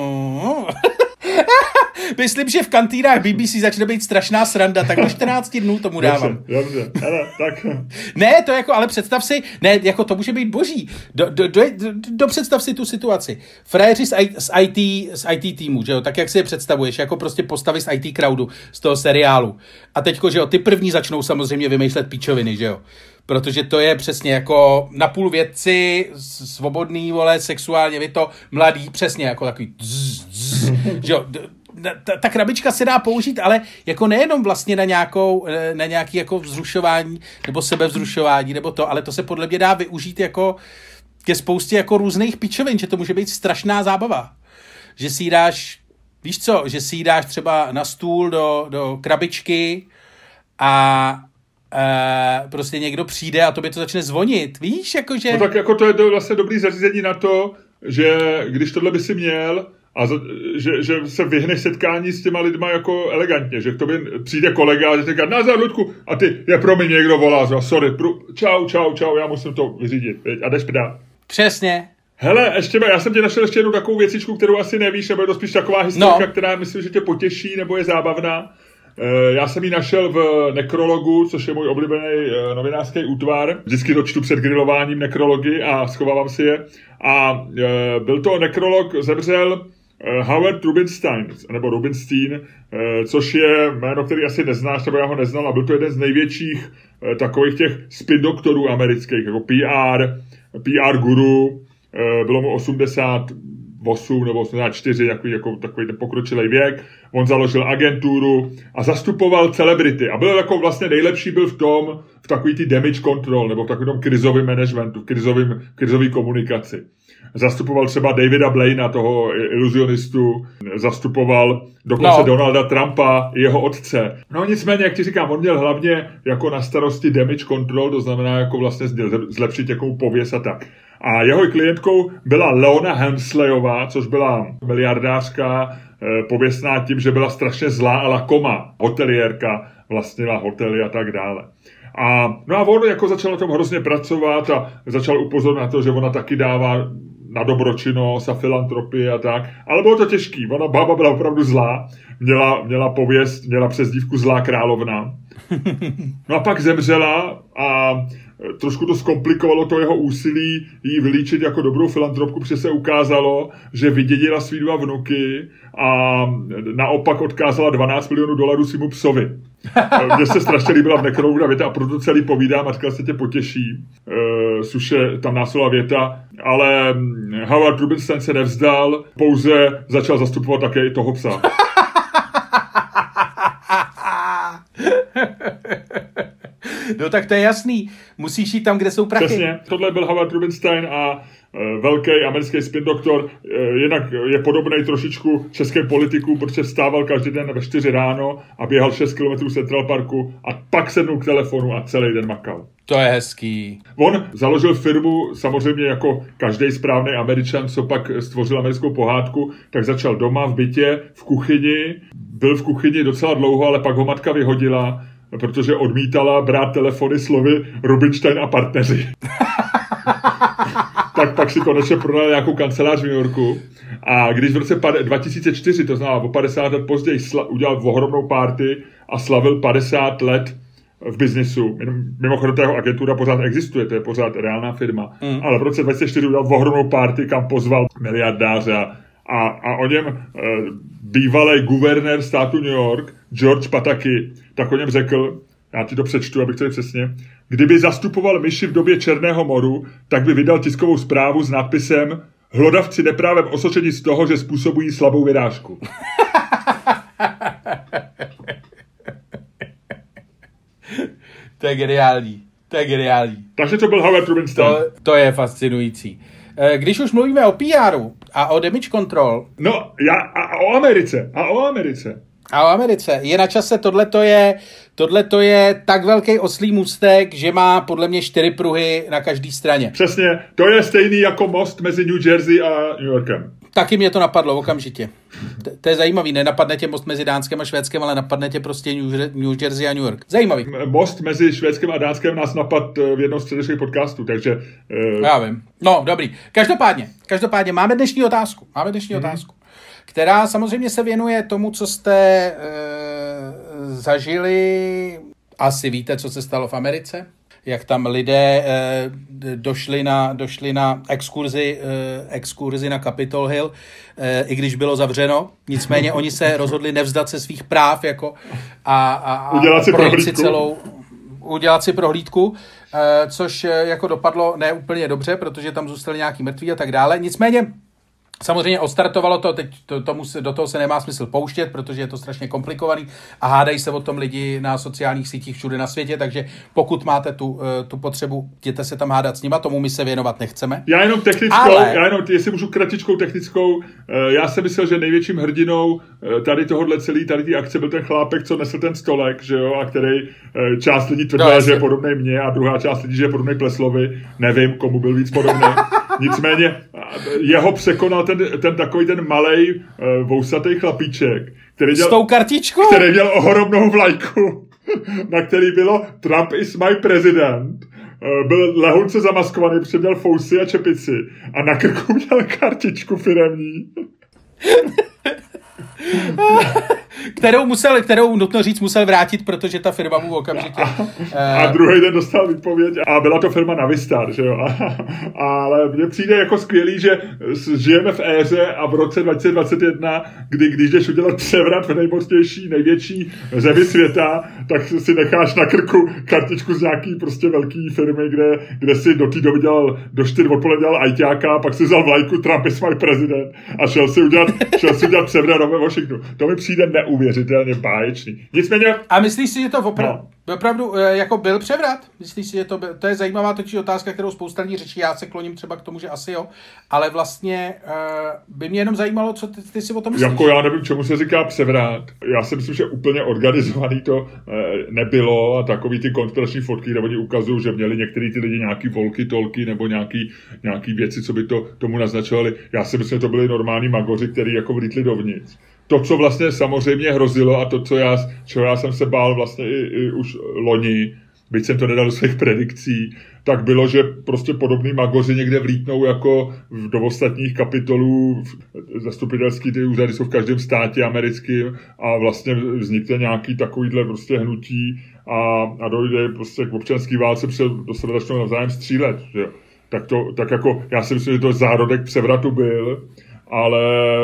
Myslím, že v kantýnách BBC začne být strašná sranda, tak do 14 dnů tomu dávám. Dobře, ale tak... Ne, to jako, ale představ si, ne, jako to může být boží. Představ si tu situaci. Frajeři z IT týmu, že jo, tak jak si je představuješ, jako prostě postavy z IT crowdu, z toho seriálu. A teďko, že jo, ty první začnou samozřejmě vymýšlet píčoviny, že jo. Protože to je přesně jako napůl vědci, svobodný, vole, sexuálně vyto, mladý, přesně jako takový že jo, ta krabička se dá použít, ale jako nejenom vlastně na nějaký jako vzrušování nebo sebevzrušování nebo to, ale to se podle mě dá využít jako ke spoustě jako různých pičovin, že to může být strašná zábava. Že si jí dáš, víš co, že si jí dáš třeba na stůl do krabičky a prostě někdo přijde a tobě to začne zvonit, víš, jakože... No tak jako to je vlastně dobrý zařízení na to, že když tohle by si měl a že se vyhneš setkání s těma lidma jako elegantně, že k tobě přijde kolega a že říká, nazdar, Ludku, a ty, pro mě někdo volá, sorry, čau, já musím to vyřídit, a jdeš pryč. Přesně. Hele, já jsem tě našel ještě jednu takovou věcičku, kterou asi nevíš, nebo je to spíš taková historka, která myslím, že tě potěší, nebo je zábavná. Já jsem ji našel v Nekrologu, což je můj oblíbený novinářský útvar. Vždycky to čtu před grilováním nekrology a schovávám si je. A byl to nekrolog, zemřel Howard Rubinstein, což je jméno, který asi neznáš, nebo já ho neznal, a byl to jeden z největších takových těch spin doktorů amerických, jako PR guru, bylo mu 80, 8 nebo 4, takový ten pokročilý věk. On založil agenturu a zastupoval celebrity. A byl jako vlastně nejlepší byl v takový ty damage control, nebo v takovém krizovém managementu, v krizové komunikaci. Zastupoval třeba Davida Blaina, toho iluzionistu, zastupoval dokonce Donalda Trumpa, jeho otce. No nicméně, jak ti říkám, on měl hlavně jako na starosti damage control, to znamená jako vlastně zlepšit jakou pověst a tak. A jeho klientkou byla Leona Hensleyová, což byla miliardářka, pověstná tím, že byla strašně zlá a lakoma, hoteliérka, vlastnila hotely a tak dále. A on jako začal na tom hrozně pracovat a začal upozornit na to, že ona taky dává na dobročinnost a filantropii a tak. Ale bylo to těžký. Ona bába byla opravdu zlá. Měla pověst, měla přezdívku Zlá královna. No a pak zemřela a trošku to zkomplikovalo to jeho úsilí jí vylíčit jako dobrou filantropku, protože se ukázalo, že vydědila svý 2 vnuky a naopak odkázala $12 milionů svému psovi. Mně se strašně líbila v Necronomicon věta a proto celý povídám a říkal, se tě potěší. Suše tam následová věta, ale Howard Rubinstein se nevzdal, pouze začal zastupovat také i toho psa. No tak to je jasný. Musíš jít tam, kde jsou prachy. Přesně. Tohle byl Howard Rubinstein a velký americký spin doktor. Jinak je podobný trošičku českým politikům, protože vstával každý den ve 4 ráno a běhal 6 km z Central Parku a pak sednul k telefonu a celý den makal. To je hezký. On založil firmu, samozřejmě jako každý správný Američan, co pak stvořil americkou pohádku, tak začal doma v bytě, v kuchyni. Byl v kuchyni docela dlouho, ale pak ho matka vyhodila, protože odmítala brát telefony slovy Rubinstein a partneři. Tak pak si konečně prodal nějakou kancelář v New Yorku. A když v roce 2004, to znamená o 50 let později, udělal ohromnou party a slavil 50 let v biznisu. Mimochodem, jeho agentura pořád existuje, to je pořád reálná firma. Ale v roce 2004 udělal ohromnou party, kam pozval miliardáře a o něm bývalý guvernér státu New York, George Pataki, tak o něm řekl, já ti to přečtu, abych to přesně, kdyby zastupoval myši v době Černého moru, tak by vydal tiskovou zprávu s nápisem Hlodavci neprávem osočení z toho, že způsobují slabou vyrážku. To je geniální. Takže to byl Howard Rubinstein. To je fascinující. Když už mluvíme o PR-u a o damage control... No, a o Americe. A o Americe. Je na čase, tohleto je tak velký oslí můstek, že má podle mě 4 pruhy na každé straně. Přesně, to je stejný jako most mezi New Jersey a New Yorkem. Taky mě to napadlo okamžitě. To je zajímavý, nenapadne tě most mezi Dánskem a Švédskem, ale napadne tě prostě New Jersey a New York. Zajímavý. Most mezi Švédskem a Dánskem nás napad v jednom z předešlých podcastů, takže... Já vím. No, dobrý. Každopádně máme dnešní otázku. Která samozřejmě se věnuje tomu, co jste zažili. Asi víte, co se stalo v Americe? Jak tam lidé došli na exkurzi na Capitol Hill, i když bylo zavřeno. Nicméně oni se rozhodli nevzdat se svých práv jako a udělat si prohlídku, což jako dopadlo ne úplně dobře, protože tam zůstali nějaký mrtví a tak dále. Nicméně samozřejmě odstartovalo to, teď do toho se nemá smysl pouštět, protože je to strašně komplikovaný a hádají se o tom lidi na sociálních sítích všude na světě, takže pokud máte tu potřebu, jděte se tam hádat s nima, tomu my se věnovat nechceme. Já jenom jestli můžu kratičkou technickou, já jsem myslel, že největším hrdinou tady té akce byl ten chlápek, co nesl ten stolek, že jo, a který část lidí tvrdila, že je podobný mně a druhá část lidí, že je podobný Pleslovi, nevím, komu byl víc podobný. Nicméně jeho překonal ten malej vousatý chlapíček, s tou kartičkou? Který měl ohromnou vlajku, na který bylo Trump is my president. Byl lehonce zamaskovaný, protože měl fousy a čepici a na krku měl kartičku firemní. kterou nutno říct musel vrátit, protože ta firma mu okamžitě... A druhý den dostal výpověď a byla to firma Navistar, že jo. Ale mně přijde jako skvělý, že žijeme v éře a v roce 2021, když jdeš udělat převrat v nejmocnější, největší zemi světa, tak si necháš na krku kartičku z nějaký prostě velký firmy, kde si do té doby dělal, do 4 odpoledne dělal ajťáka, pak si vzal vlajku Trump is my president a šel si udělat převrat ve Washingtonu. To mi přijde neuvěřitelně báječný. Nicméně... A myslíš si, že to opravdu jako byl převrat? Myslíš si, že to je zajímavá točí otázka, kterou spousta lidí řeší, já se kloním třeba k tomu, že asi jo, ale vlastně by mě jenom zajímalo, co ty si o tom myslíš. Jako já nevím, čemu se říká převrat. Já si myslím, že úplně organizovaný to nebylo a takový ty konspirační fotky, kde oni ukazují, že měli některý ty lidi nějaký volky-tolky nebo nějaký věci, co by to tomu naznačovali. Já si myslím, že to byli normální magoři, kteří jako vlítli dovnitř. To, co vlastně samozřejmě hrozilo a to, čeho já jsem se bál vlastně i už loni, byť jsem to nedal do svých predikcí, tak bylo, že prostě podobný magoři někde vlítnou jako do ostatních kapitolů, zastupitelský ty úřady jsou v každém státě americkým a vlastně vznikne nějaký takovýhle prostě hnutí a dojde prostě k občanský válce, protože do sebe začnou navzájem střílet, že? Tak jako, já si myslím, že to zárodek převratu byl, ale...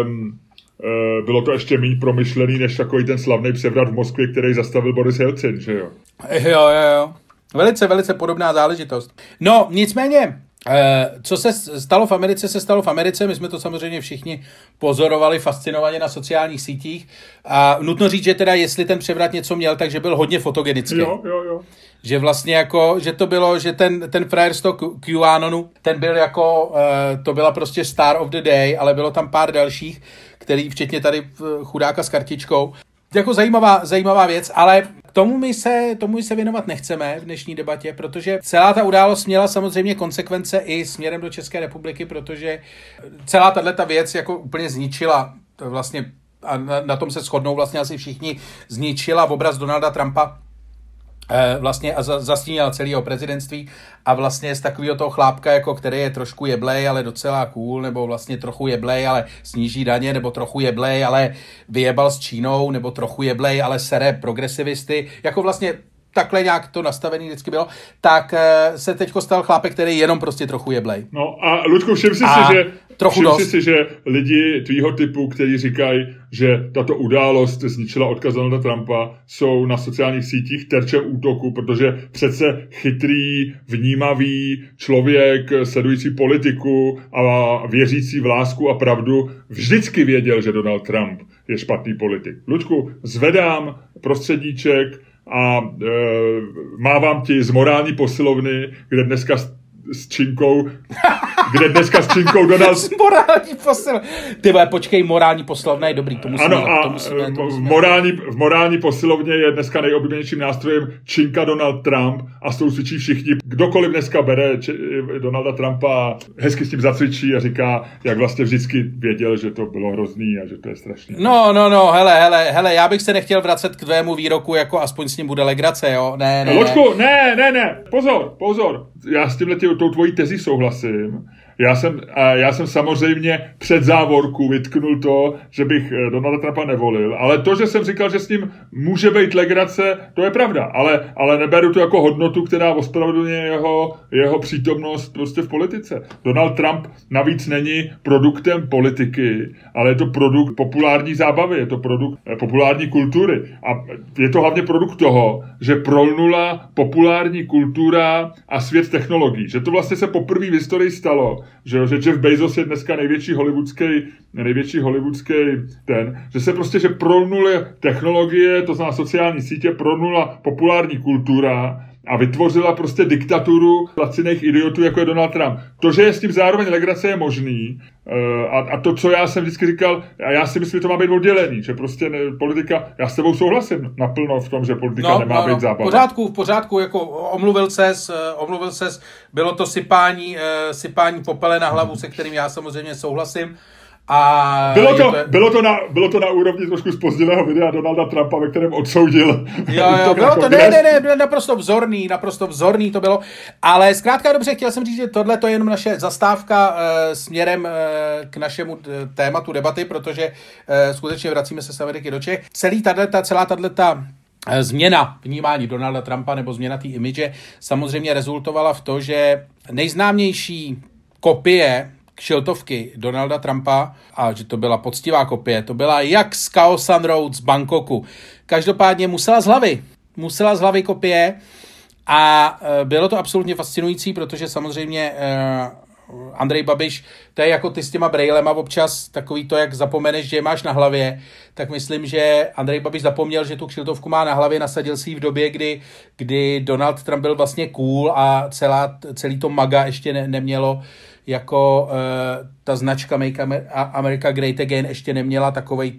bylo to ještě méně promyšlený, než takový ten slavný převrat v Moskvě, který zastavil Boris Jelcin, že jo? Jo. Velice podobná záležitost. No, nicméně, co se stalo v Americe, my jsme to samozřejmě všichni pozorovali fascinovaně na sociálních sítích a nutno říct, že teda jestli ten převrat něco měl, takže byl hodně fotogenický. Jo. Že vlastně jako, že to bylo, že ten frajer z toho QAnonu, ten byl jako, to byla prostě star of the day, ale bylo tam pár dalších, který včetně tady chudáka s kartičkou. Jako zajímavá věc, ale tomu my se věnovat nechceme v dnešní debatě, protože celá ta událost měla samozřejmě konsekvence i směrem do České republiky, protože celá tato věc jako úplně zničila vlastně, a na tom se shodnou vlastně asi všichni, zničila obraz Donalda Trumpa vlastně a zastínila celého prezidentství a vlastně z takového toho chlápka, jako který je trošku jeblej, ale docela cool, nebo vlastně trochu jeblej, ale sníží daně, nebo trochu jeblej, ale vyjebal s Čínou, nebo trochu jeblej, ale sere progresivisty, jako vlastně takhle nějak to nastavený vždycky bylo, tak se teďko stal chlápek, který jenom prostě trochu jeblej. No a Luďku, všim si, že lidi tvýho typu, kteří říkají, že tato událost zničila odkaz Donalda Trumpa, jsou na sociálních sítích terčem útoku, protože přece chytrý, vnímavý člověk, sledující politiku a věřící v lásku a pravdu vždycky věděl, že Donald Trump je špatný politik. Luďku, zvedám prostředíček a mávám ti z morální posilovny, kde dneska s činkou Donald... Z morální posilovny. Ty vole, počkej, morální posilovna je dobrý, to musíme... V morální posilovně je dneska nejoblíbenějším nástrojem činka Donald Trump a s tou cvičí všichni. Kdokoliv dneska bere Donalda Trumpa, hezky s tím zacvičí a říká, jak vlastně vždycky věděl, že to bylo hrozný a že to je strašný. No, hele, já bych se nechtěl vracet k tvému výroku, jako aspoň s ním bude legrace, jo? Ne. Loďku, ne, pozor. Já s tou tvojí tezí souhlasím. Já jsem samozřejmě před závorku vytknul to, že bych Donalda Trumpa nevolil, ale to, že jsem říkal, že s ním může být legrace, to je pravda, ale neberu to jako hodnotu, která ospravedlňuje jeho přítomnost prostě v politice. Donald Trump navíc není produktem politiky, ale je to produkt populární zábavy, je to produkt populární kultury a je to hlavně produkt toho, že prolnula populární kultura a svět technologií, že to vlastně se poprvé v historii stalo, že Jeff Bezos je dneska největší hollywoodský že se prostě, že prolnuly technologie, to znamená sociální sítě, prolnula populární kultura a vytvořila prostě diktaturu laciných idiotů, jako je Donald Trump. To, že je s tím zároveň legrace, je možný. A to, co já jsem vždycky říkal, a já si myslím, že to má být oddělený, že prostě politika, já s tebou souhlasím naplno v tom, že politika nemá být zábava. V pořádku, jako omluvil ses, bylo to sypání popele na hlavu, se kterým já samozřejmě souhlasím. A bylo to na úrovni trošku zpozdilého videa Donalda Trumpa, ve kterém odsoudil. Jo, bylo to, ne, naprosto vzorný to bylo, ale zkrátka dobře, chtěl jsem říct, že tohle to je jenom naše zastávka směrem k našemu tématu debaty, protože skutečně vracíme se z Ameriky do Čech. Celá tato změna vnímání Donalda Trumpa nebo změna té imidže samozřejmě rezultovala v to, že nejznámější kopie kšiltovky Donalda Trumpa, a že to byla poctivá kopie, to byla jak z Khao San Road z Bangkoku. Každopádně musela z hlavy kopie a bylo to absolutně fascinující, protože samozřejmě Andrej Babiš, to je jako ty s těma brejlema občas, takový to, jak zapomeneš, že je máš na hlavě, tak myslím, že Andrej Babiš zapomněl, že tu kšiltovku má na hlavě, nasadil si ji v době, kdy Donald Trump byl vlastně cool a celý to MAGA ještě nemělo jako ta značka Make America Great Again ještě neměla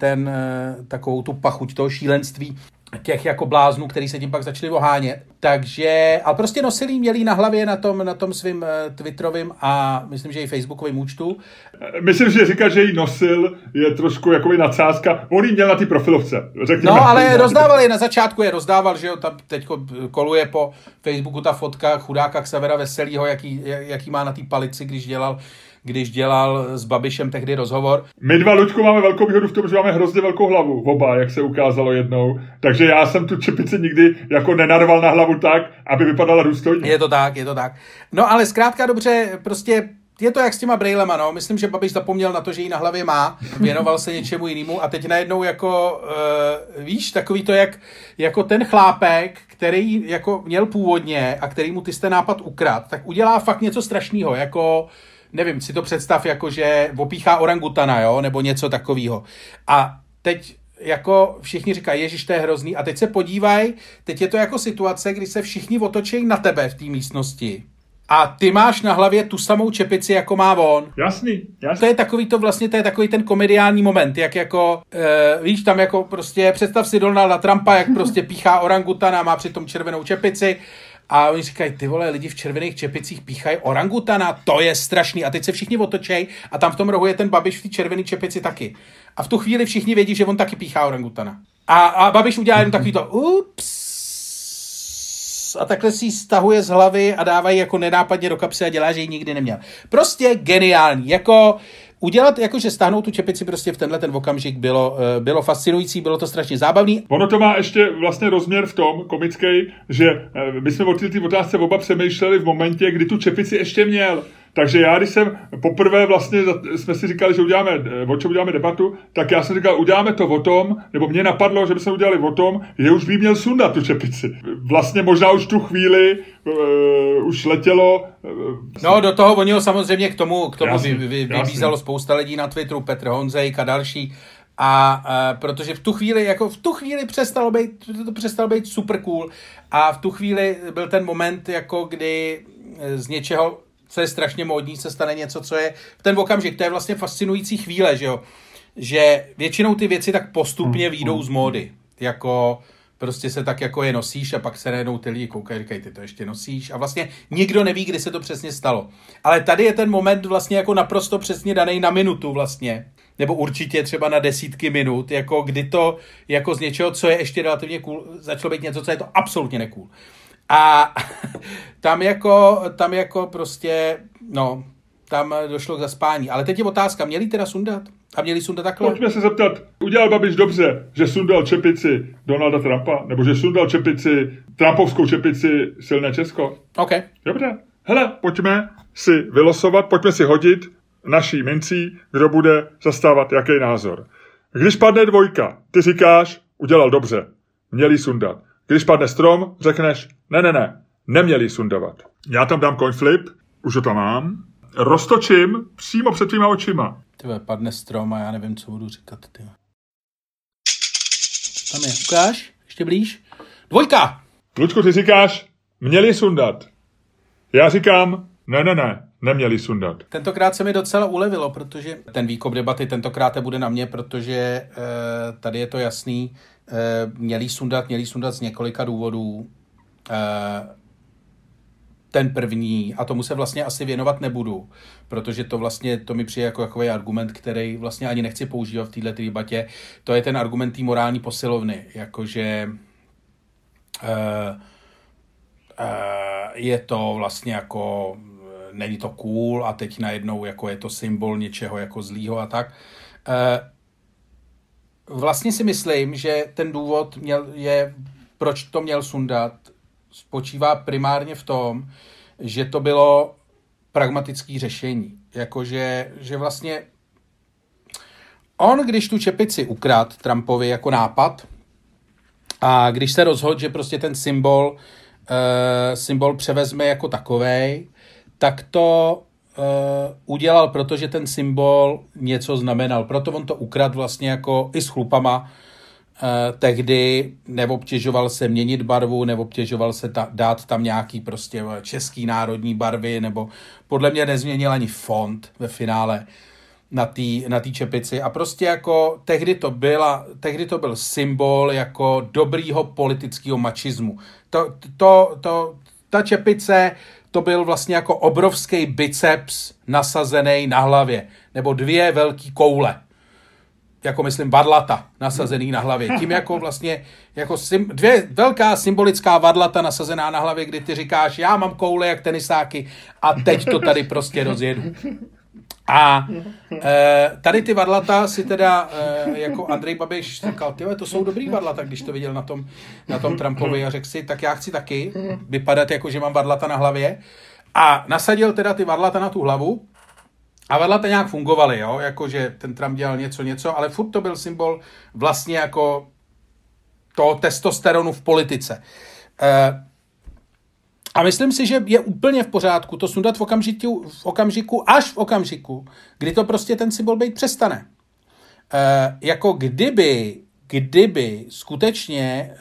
takovou tu pachuť toho šílenství těch jako bláznů, který se tím pak začali ohánět. Takže, ale prostě nosili, měli na hlavě na tom svým Twitterovým a myslím, že i Facebookovým účtu. Myslím, že říkat, že ji nosil, je trošku jakoby nadsázka. On ji měl na té profilovce. Ale rozdával je na začátku, že jo, tam teďko koluje po Facebooku ta fotka chudáka Xavera Veselýho, jaký má na té palici, když dělal s Babišem tehdy rozhovor. My dva, Luďku, máme velkou výhodu v tom, že máme hrozně velkou hlavu, oba, jak se ukázalo jednou. Takže já jsem tu čepici nikdy jako nenarval na hlavu tak, aby vypadala důstojně. Je to tak. No ale zkrátka dobře, prostě je to jak s těma brejlema, no. Myslím, že Babiš zapomněl na to, že ji na hlavě má, věnoval se něčemu jinému a teď najednou jako, víš, takový to jako ten chlápek, který jako měl původně a který mu ty jste nápad ukradl, tak udělá fakt něco strašného, jako nevím, si to představ, jako že opíchá orangutana, jo, nebo něco takového. A teď jako všichni říkají, ježiš, to je hrozný. A teď se podívaj, teď je to jako situace, kdy se všichni otočí na tebe v té místnosti. A ty máš na hlavě tu samou čepici, jako má on. Jasný. To je takový ten komediální moment, jak jako, víš, tam jako prostě, představ si Donalda Trumpa, jak prostě píchá orangutana, má přitom červenou čepici. A oni říkají, ty vole, lidi v červených čepicích píchají orangutana, to je strašný. A teď se všichni otočej a tam v tom rohu je ten Babiš v té červené čepici taky. A v tu chvíli všichni vědí, že on taky píchá orangutana. A Babiš udělá jenom takový to ups. A takhle si ji stahuje z hlavy a dávají jako nenápadně do kapsy a dělá, že ji nikdy neměl. Prostě geniální. Jako udělat, jakože stáhnout tu čepici prostě v tenhle ten okamžik bylo fascinující, bylo to strašně zábavný. Ono to má ještě vlastně rozměr v tom komický, že my jsme o této otázce oba přemýšleli v momentě, kdy tu čepici ještě měl. Takže já, když jsem poprvé vlastně jsme si říkali, že o čem uděláme debatu, tak já jsem říkal, uděláme to o tom, nebo mě napadlo, že bychom udělali o tom, že už by měl sundat tu čepici. Vlastně možná už tu chvíli už letělo. No do toho oni ho samozřejmě k tomu vybízalo spousta lidí na Twitteru, Petr Honzejk a další. A protože v tu chvíli přestalo být super cool a v tu chvíli byl ten moment, jako kdy z něčeho, co je strašně módní, se stane něco, co je v ten okamžik, to je vlastně fascinující chvíle, že jo, že většinou ty věci tak postupně vyjdou z módy, jako prostě se tak jako je nosíš a pak se najednou ty lidi koukají, říkají, ty to ještě nosíš a vlastně nikdo neví, kdy se to přesně stalo. Ale tady je ten moment vlastně jako naprosto přesně daný na minutu vlastně, nebo určitě třeba na desítky minut, jako kdy to jako z něčeho, co je ještě relativně cool, začalo být něco, co je to absolutně necool. A tam jako prostě, no, tam došlo k zaspání. Ale teď je otázka, měli teda sundat? A měli sundat takhle? Pojďme se zeptat, udělal Babiš dobře, že sundal čepici Donalda Trumpa, nebo že sundal Trumpovskou čepici Silné Česko? OK. Dobře. Hele, pojďme si vylosovat, pojďme si hodit naší mincí, kdo bude zastávat jaký názor. Když padne 2, ty říkáš, udělal dobře, měli sundat. Když padne strom, řekneš, ne, neměli sundavat. Já tam dám coin flip, už ho tam mám, roztočím přímo před tvýma očima. Tyve, padne strom a já nevím, co budu říkat. Tyve. Tam je, ukáž, ještě blíž. 2. Luďku, ty říkáš, měli sundat. Já říkám, ne, neměli sundat. Tentokrát se mi docela ulevilo, protože ten výkop debaty tentokrát bude na mě, protože tady je to jasný. Měli sundat z několika důvodů. ten první, a tomu se vlastně asi věnovat nebudu, protože to mi přijde jako takový argument, který vlastně ani nechci používat v této debatě, to je ten argument té morální posilovny, jakože je to vlastně jako, není to cool a teď najednou jako je to symbol něčeho jako zlýho a tak. Vlastně si myslím, že ten důvod proč to měl sundat, spočívá primárně v tom, že to bylo pragmatické řešení. Jakože že vlastně on, když tu čepici ukradl Trumpovi jako nápad a když se rozhodl, že prostě ten symbol převezme jako takovej, tak to udělal, protože ten symbol něco znamenal. Proto on to ukradl vlastně jako i s chlupama. Tehdy neobtěžoval se měnit barvu, neobtěžoval se dát tam nějaký prostě český národní barvy, nebo podle mě nezměnil ani font ve finále na té čepici. A prostě jako tehdy to byl symbol jako dobrýho politického mačismu. Ta čepice to byl vlastně jako obrovský biceps nasazený na hlavě, nebo 2 velký koule. Jako myslím vadlata nasazený na hlavě. Tím jako vlastně jako 2 velká symbolická vadlata nasazená na hlavě, kdy ty říkáš, já mám koule jak tenisáky a teď to tady prostě rozjedu. A tady ty vadlata si teda jako Andrej Babiš říkal, tyhle, to jsou dobrý vadlata, když to viděl na tom Trumpovi a řekl si, tak já chci taky vypadat jako, že mám vadlata na hlavě. A nasadil teda ty vadlata na tu hlavu a vadlata nějak fungovaly, jo, jakože ten Trump dělal něco, ale furt to byl symbol vlastně jako toho testosteronu v politice. A myslím si, že je úplně v pořádku to sundat v okamžiku, kdy to prostě ten symbol být přestane. Jako kdyby skutečně,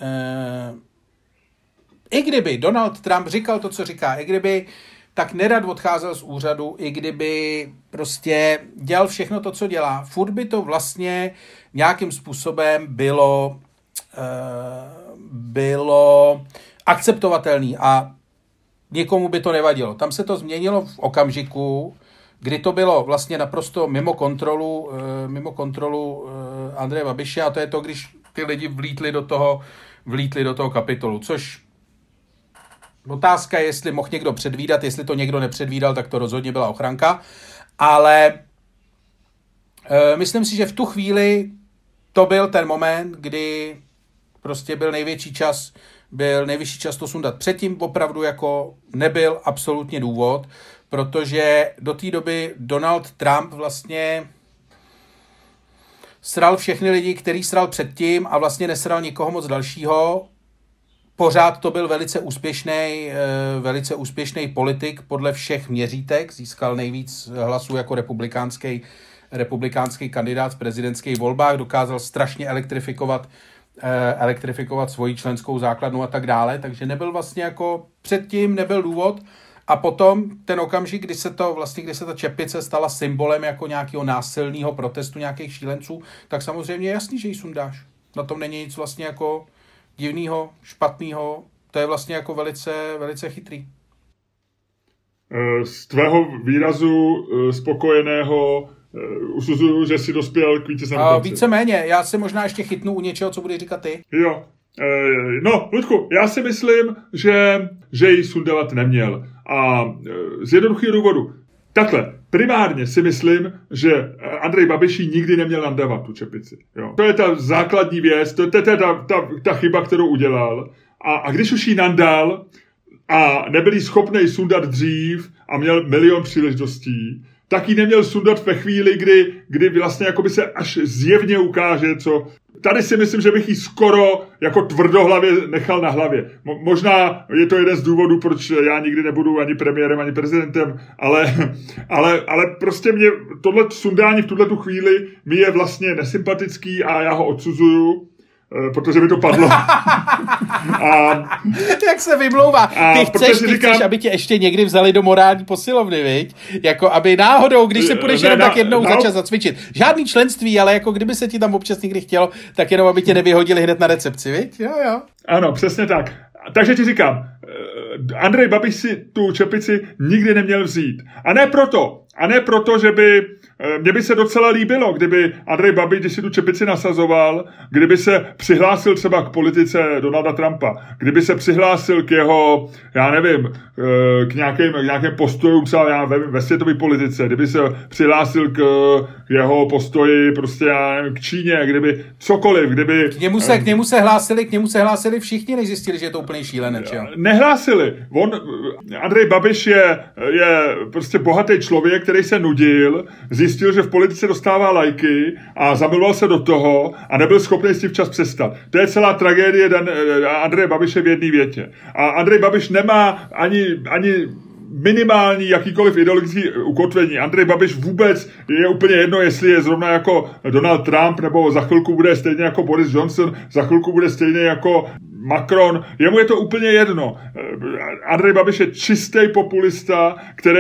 i kdyby Donald Trump říkal to, co říká, i kdyby tak nerad odcházel z úřadu, i kdyby prostě dělal všechno to, co dělá, furt by to vlastně nějakým způsobem bylo akceptovatelný a nikomu by to nevadilo. Tam se to změnilo v okamžiku, kdy to bylo vlastně naprosto mimo kontrolu Andreje Babiše a to je to, když ty lidi vlítli do toho Kapitolu, což otázka je, jestli mohl někdo předvídat, jestli to někdo nepředvídal, tak to rozhodně byla ochranka, ale myslím si, že v tu chvíli to byl ten moment, kdy prostě byl nejvyšší čas to sundat. Předtím opravdu jako nebyl absolutně důvod, protože do té doby Donald Trump vlastně sral všechny lidi, který sral předtím a vlastně nesral nikoho moc dalšího. Pořád to byl velice úspěšný politik podle všech měřítek, získal nejvíc hlasů jako republikánský kandidát v prezidentských volbách, dokázal strašně elektrifikovat svoji členskou základnu a tak dále, takže nebyl vlastně jako předtím nebyl důvod a potom ten okamžik, kdy se ta čepice stala symbolem jako nějakého násilného protestu nějakých šílenců, tak samozřejmě je jasný, že ji sundáš. Na tom není nic vlastně jako divného, špatného, to je vlastně jako velice, velice chytrý. Z tvého výrazu spokojeného usuzuju, že jsi dospěl k vítěznému konci. Víceméně, já se možná ještě chytnu u něčeho, co budeš říkat ty. Jo. No, Ludku, já si myslím, že ji sundovat neměl. A z jednoduchého důvodu. Takhle, primárně si myslím, že Andrej Babiš nikdy neměl nandávat tu čepici. Jo. To je ta základní věc, to je ta chyba, kterou udělal. A když už ji nandal a nebyl jí schopnej sundat dřív a měl milion příležitostí, tak ji neměl sundat ve chvíli, kdy vlastně jakoby se až zjevně ukáže, co... Tady si myslím, že bych ji skoro jako tvrdohlavě nechal na hlavě. Možná je to jeden z důvodů, proč já nikdy nebudu ani premiérem, ani prezidentem, ale prostě mě tohle sundání v tuhletu chvíli mi je vlastně nesympatický a já ho odsuzuju, protože mi to padlo. Jak se vymlouvá. Ty chceš, aby tě ještě někdy vzali do morální posilovny, viď? Jako aby náhodou, když se půjdeš jenom tak jednou za čas zacvičit. Žádný členství, ale jako kdyby se ti tam občas někdy chtělo, tak jenom aby tě nevyhodili hned na recepci, viď? Jo. Ano, přesně tak. Takže ti říkám, Andrej Babiš si tu čepici nikdy neměl vzít. A ne proto, že by mně by se docela líbilo, kdyby Andrej Babiš, když si tu čepici nasazoval, kdyby se přihlásil třeba k politice Donalda Trumpa, kdyby se přihlásil k jeho, já nevím, k nějakým postojům třeba, já nevím, ve světové politice, kdyby se přihlásil k jeho postoji prostě, já nevím, k Číně, kdyby cokoliv, kdyby... K němu se hlásili všichni, než zjistili, že je to úplně šílenec, jo? Nehlásili. Andrej Babiš je prostě bohatý člověk, který se nudil, zjistil, že v politice dostává lajky a zamiloval se do toho a nebyl schopný s tím včas přestat. To je celá tragédie Andreje Babiše v jedné větě. A Andrej Babiš nemá ani minimální jakýkoliv ideologický ukotvení. Andrej Babiš vůbec je úplně jedno, jestli je zrovna jako Donald Trump, nebo za chvilku bude stejně jako Boris Johnson, za chvilku bude stejně jako Macron, jemu je to úplně jedno. Andrej Babiš je čistý populista,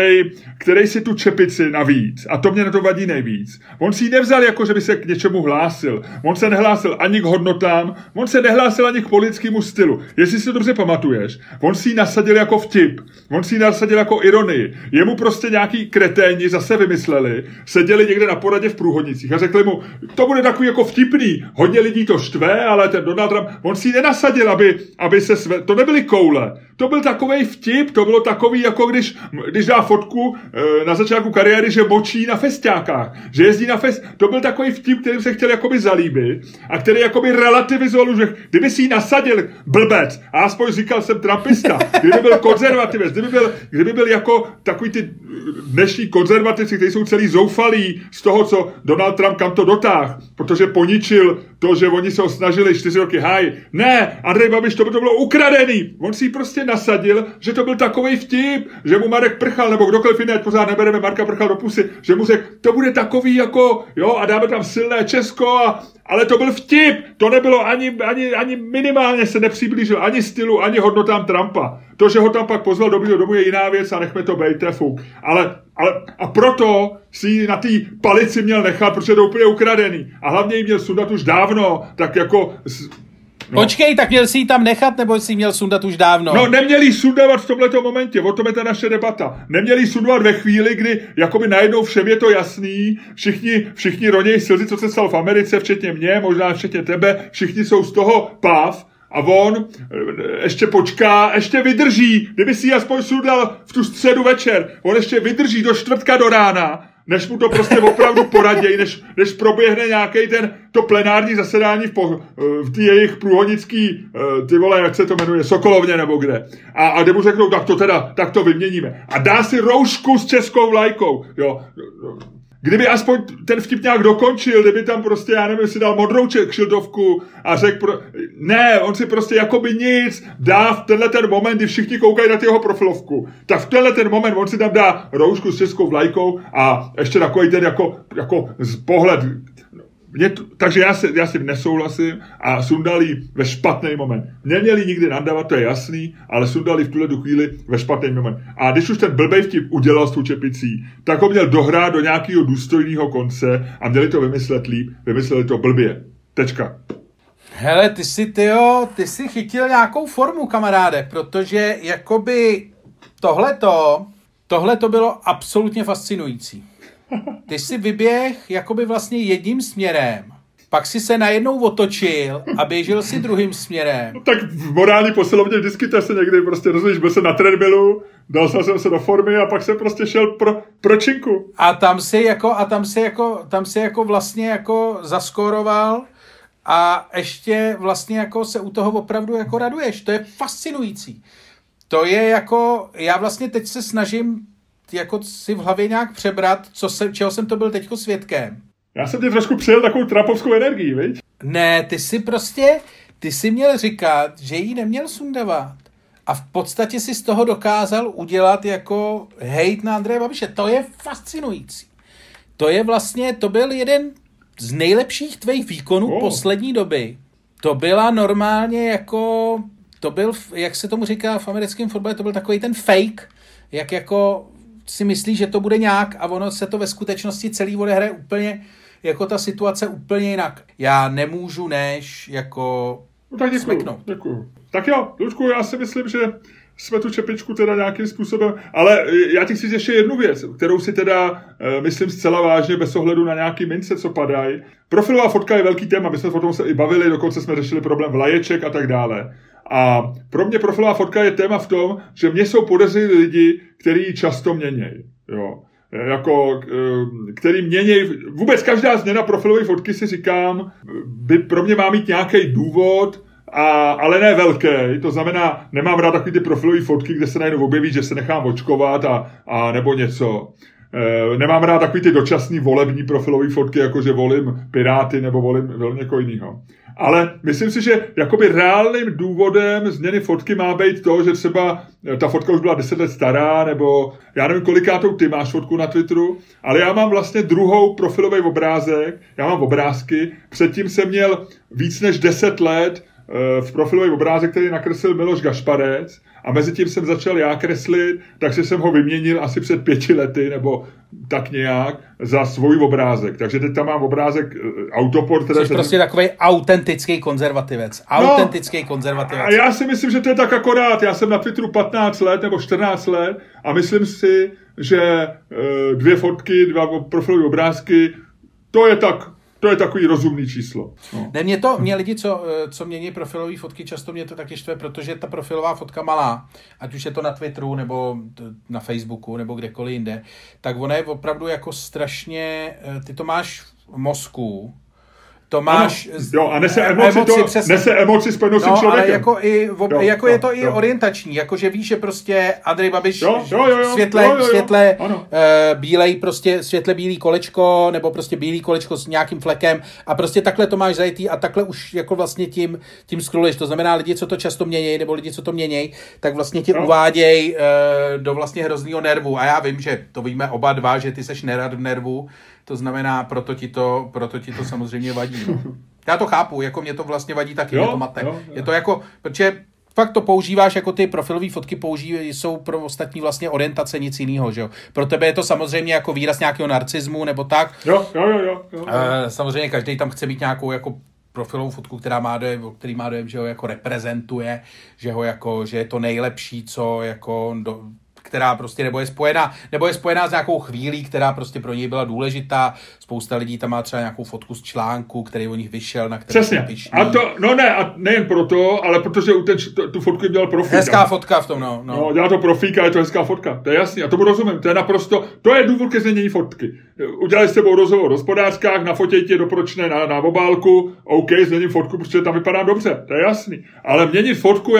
který si tu čepici navíc, a to mě na to vadí nejvíc. On si ji nevzal jako, že by se k něčemu hlásil. On se nehlásil ani k hodnotám, on se nehlásil ani k politickému stylu. Jestli si to dobře pamatuješ, on si ji nasadil jako vtip, on si ji nasadil jako ironii. Jemu prostě nějaký kreténi zase vymysleli, seděli někde na poradě v Průhodnicích a řekli mu, to bude takový jako vtipný, hodně lidí to štve, ale ten Donald Trump, on si ji nenasadil, aby se to nebyly koule. To byl takovej vtip, to bylo takový, jako když dá fotku na začátku kariéry, že močí na festiákách, že jezdí na to byl takový vtip, kterým se chtěl jakoby zalíbit a který jakoby relativizoval, že kdyby si ji nasadil blbec, a aspoň říkal jsem trumpista, kdyby byl konzervativec, kdyby byl jako takový ty dnešní konzervativci, kteří jsou celý zoufalí z toho, co Donald Trump kam to dotáhl, protože poničil to, že oni se ho snažili 4 roky hájit. Ne, Andrej Babiš, to bylo ukradený. On si prostě nasadil, že to byl takovej vtip, že mu Marek Prchal, nebo kdokoliv jiný, pořád nebereme Marka Prchal do pusy, že mu řekl, to bude takový jako, jo, a dáme tam silné Česko, ale to byl vtip. To nebylo ani minimálně se nepřiblížil ani stylu, ani hodnotám Trumpa. To, že ho tam pak pozval do Bílého domu, je jiná věc a nechme to bejt, fuk. Ale proto si na té palici měl nechat, protože je to úplně ukradený. A hlavně jí měl sundat už dávno, tak jako... No. Počkej, tak měl si ji tam nechat, nebo si ji měl sundat už dávno? No, neměli ji sundávat v tomhleto momentě, o tom je ta naše debata. Neměli ji sundávat ve chvíli, kdy jakoby najednou všem je to jasný, všichni ronějí slzy, co se stalo v Americe, včetně mě, možná včetně tebe, všichni jsou z toho páv, a on ještě počká, ještě vydrží, kdyby si ji aspoň sundal v tu středu večer, on ještě vydrží do čtvrtka do rána, než mu to prostě opravdu poradějí, než proběhne nějaký to plenární zasedání v té jejich průhodnický, ty vole, jak se to jmenuje, Sokolovně nebo kde. A kde mu řeknou, tak to vyměníme. A dá si roušku s českou vlajkou, jo. Kdyby aspoň ten vtip nějak dokončil, kdyby tam prostě, já nevím, si dal modrou kšiltovku a řekl, ne, on si prostě jakoby nic dá v tenhle ten moment, kdy všichni koukají na jeho profilovku, tak v tenhle ten moment on si tam dá roušku s českou vlajkou a ještě takový ten jako z pohled. Takže já si nesouhlasím a sundali ve špatný moment. Neměli nikdy nadávat, to je jasný, ale sundali v tuhle chvíli ve špatný moment. A když už ten blbej vtip udělal s tou čepicí, tak ho měl dohrát do nějakého důstojného konce a měli to vymyslet líp, vymysleli to blbě. Tečka. Hele, ty jsi chytil nějakou formu, kamaráde, protože jakoby tohleto bylo absolutně fascinující. Ty jsi vyběh jakoby vlastně jedním směrem, pak si se najednou otočil a běžel si druhým směrem. No, tak v morální posilovně vždycky to se někdy prostě, rozumíš, byl jsem na treadmillu, dal jsem se do formy a pak jsem prostě šel pro činku. A tam si jako vlastně jako zaskóroval a ještě vlastně jako se u toho opravdu jako raduješ. To je fascinující. To je jako, já vlastně teď se snažím jako si v hlavě nějak přebrat, čeho jsem to byl teďko svědkem. Já jsem tě trošku přijel takovou trapovskou energii, viď? Ne, ty si měl říkat, že jí neměl sundavat. A v podstatě si z toho dokázal udělat jako hejt na Andreje Babiše. To je fascinující. To byl jeden z nejlepších tvých výkonů poslední doby. To byla normálně jako, jak se tomu říká v americkém fotbale, to byl takový ten fake, jak jako si myslí, že to bude nějak a ono se to ve skutečnosti celý odehraje úplně, jako ta situace úplně jinak. Já nemůžu než jako smeknout. Děkuju. Tak jo, Lučku, já si myslím, že jsme tu čepičku teda nějakým způsobem, ale já ti chci říct ještě jednu věc, kterou si teda myslím zcela vážně bez ohledu na nějaký mince, co padají. Profilová fotka je velký téma, my jsme o tom se i bavili, dokonce jsme řešili problém vlaječek a tak dále. A pro mě profilová fotka je téma v tom, že mě jsou podezřelí lidi, kteří ji často měnějí. Jo. Jako, který měnějí, vůbec každá změna profilové fotky si říkám, by pro mě má mít nějaký důvod, ale ne velký. To znamená, nemám rád takový ty profilové fotky, kde se najednou objeví, že se nechám očkovat a nebo něco. Nemám rád takový ty dočasný volební profilové fotky, jako že volím Piráty nebo volím někoho jiného. Ale myslím si, že jakoby reálným důvodem změny fotky má být to, že třeba ta fotka už byla 10 let stará, nebo já nevím, kolikátou ty máš fotku na Twitteru, ale já mám vlastně druhou profilový obrázek, já mám obrázky, předtím jsem měl víc než 10 let v profilový obrázek, který nakreslil Miloš Gašparec a mezi tím jsem začal já kreslit, takže jsem ho vyměnil asi před 5 lety nebo tak nějak za svůj obrázek. Takže teď tam mám obrázek autoportrét. Jsi prostě takový autentický konzervativec. Autentický konzervativec. A já si myslím, že to je tak akorát. Já jsem na Twitteru 15 let nebo 14 let a myslím si, že 2 fotky, 2 profilové obrázky, to je takový rozumný číslo. No. Mě lidi, co mění profilové fotky, často mě to taky štve, protože ta profilová fotka malá, ať už je to na Twitteru, nebo na Facebooku, nebo kdekoliv jinde, tak ona je opravdu jako strašně, ty to máš v mozku, to máš a nese emoci spojenou s tím člověkem. Ale jako je to i orientační, jakože víš, že prostě Andrej Babiš světle bílej, prostě světle bílý kolečko, nebo prostě bílý kolečko s nějakým flekem a prostě takhle to máš zajitý a takhle už jako vlastně tím scrolluješ. To znamená lidi, co to často měnějí, nebo lidi, co to měnějí, tak vlastně tě uvádějí do vlastně hroznýho nervu. A já vím, že to víme oba dva, že ty seš nerad v nervu, to znamená, proto ti to samozřejmě vadí. No. Já to chápu, jako mě to vlastně vadí taky, mě to mate. Je to jako, protože fakt to používáš, jako ty profilové fotky jsou pro ostatní vlastně orientace, nic jiného, že jo. Pro tebe je to samozřejmě jako výraz nějakého narcismu, nebo tak. Jo. Samozřejmě každý tam chce mít nějakou jako profilovou fotku, který má dojem, že ho jako reprezentuje, že je to nejlepší, co jako která prostě nebo je spojená s nějakou chvílí, která prostě pro něj byla důležitá. Spousta lidí tam má třeba nějakou fotku z článku, který o nich vyšel, na který přesně. A nejen proto, ale protože tu fotku dělal profík. Hezká fotka v tom, no. Dělá to profík, ale je to hezká fotka. To je jasný. A tomu rozumím. To je důvod ke změnění fotky. Udělali s tebou rozhovor v Hospodářskách, nafotěj tě dopročné na obálku, OK, změním fotku, protože tam vypadám dobře. To je jasný. Ale měnit fotku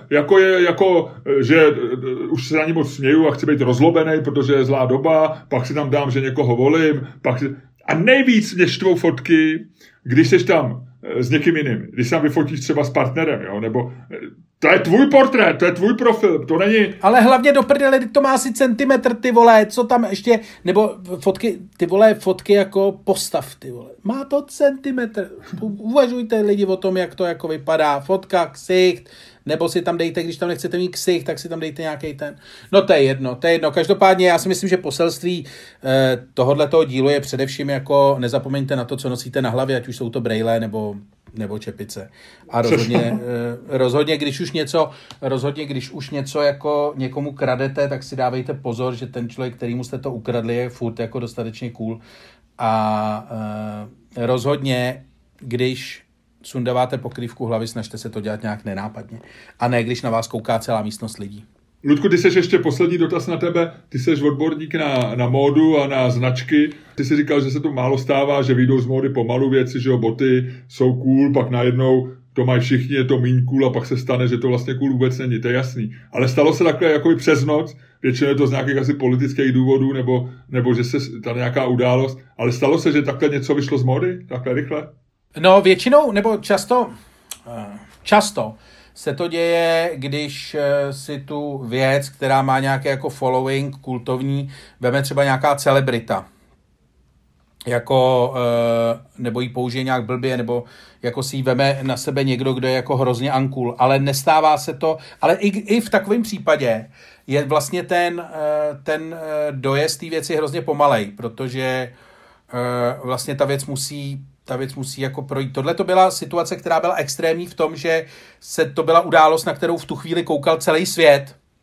že už se na ní moc směju a chci být rozlobený, protože je zlá doba, pak si tam dám, že někoho volím, a nejvíc mě štvou fotky, když jsi tam s někým jiným, když se tam vyfotíš třeba s partnerem, jo, nebo to je tvůj portrét, to je tvůj profil, to není... Ale hlavně do prdele, to má asi centimetr, ty vole, co tam ještě, nebo fotky jako postav, ty vole, má to centimetr, uvažujte lidi o tom, jak to jako vypadá, fotka, ksicht, nebo si tam dejte, když tam nechcete mít ksicht, tak si tam dejte nějaký ten. No to je jedno. Každopádně já si myslím, že poselství tohoto dílu je především jako nezapomeňte na to, co nosíte na hlavě, ať už jsou to brejle nebo čepice. A rozhodně, když už něco jako někomu kradete, tak si dávejte pozor, že ten člověk, kterýmu jste to ukradli, je furt jako dostatečně cool. A rozhodně, když sundáváte pokrývku hlavy, snažte se to dělat nějak nenápadně. A ne, když na vás kouká celá místnost lidí. Ludku, ty seš ještě poslední dotaz na tebe. Ty seš odborník na módu a na značky. Ty jsi říkal, že se to málo stává, že vyjdou z módy pomalu věci, že jo, boty jsou cool, pak najednou to mají všichni, je to míň cool a pak se stane, že to vlastně cool vůbec není, to je jasný. Ale stalo se takhle jako i přes noc, většinou je to z nějakých asi politických důvodů, nebo že se tam nějaká událost, ale stalo se, že takhle něco vyšlo z módy, takhle rychle? No většinou, nebo často se to děje, když si tu věc, která má nějaký jako following kultovní, veme třeba nějaká celebrita. Jako, nebo ji použije nějak blbě, nebo jako si ji veme na sebe někdo, kdo je jako hrozně uncool. Ale nestává se to, ale i v takovém případě je vlastně ten dojezd té věci hrozně pomalej, protože vlastně ta věc musí jako projít. Tohle to byla situace, která byla extrémní v tom, že to byla událost, na kterou v tu chvíli koukal celý svět.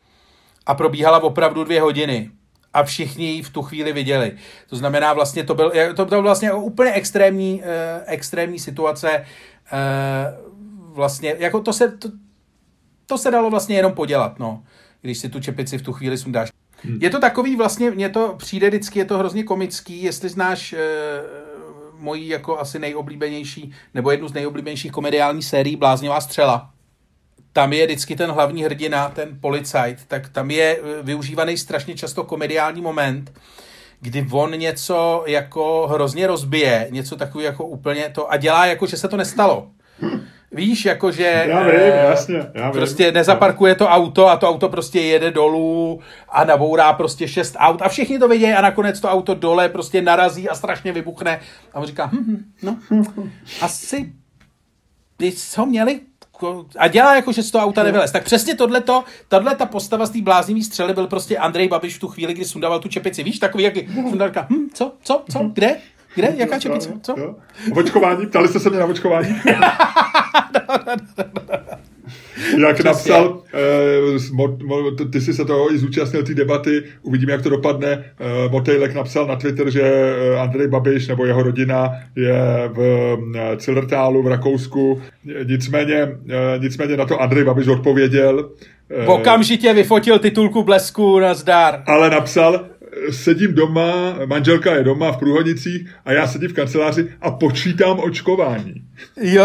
a probíhala opravdu 2 hodiny. A všichni ji v tu chvíli viděli. To znamená vlastně, to byl vlastně úplně extrémní situace. Vlastně, jako to se dalo vlastně jenom podělat, no, když si tu čepici v tu chvíli sundáš. Je to takový vlastně, mně to přijde vždycky, je to hrozně komický, jestli znáš mojí jako asi nejoblíbenější, nebo jednu z nejoblíbenějších komediálních sérií Bláznivá střela. Tam je vždycky ten hlavní hrdina, ten policajt, tak tam je využívaný strašně často komediální moment, kdy on něco jako hrozně rozbije, něco takový jako úplně to a dělá jako, že se to nestalo. Víš, jakože já vím, jasně, prostě nezaparkuje to auto a to auto prostě jede dolů a nabourá prostě 6 aut a všichni to vidějí a nakonec to auto dole prostě narazí a strašně vybuchne a on říká, asi bys ho měli a dělá jako, že z toho auta nevylez. Tak přesně tato postava z té bláznivý střely byl prostě Andrej Babiš v tu chvíli, kdy sundával tu čepici. Víš, takový, jak sundal, co, kde, jaká čepice, co? Očkování, ptali jste se mě na očkování? Jak napsal, ty jsi se toho i zúčastnil té debaty, uvidíme, jak to dopadne. Motejlek napsal na Twitter, že Andrej Babiš nebo jeho rodina je v Zillertalu v Rakousku. Nicméně na to Andrej Babiš odpověděl. Okamžitě vyfotil titulku Blesku, nazdar. Ale napsal, sedím doma, manželka je doma v Průhodnicích a já sedím v kanceláři a počítám očkování. Jo.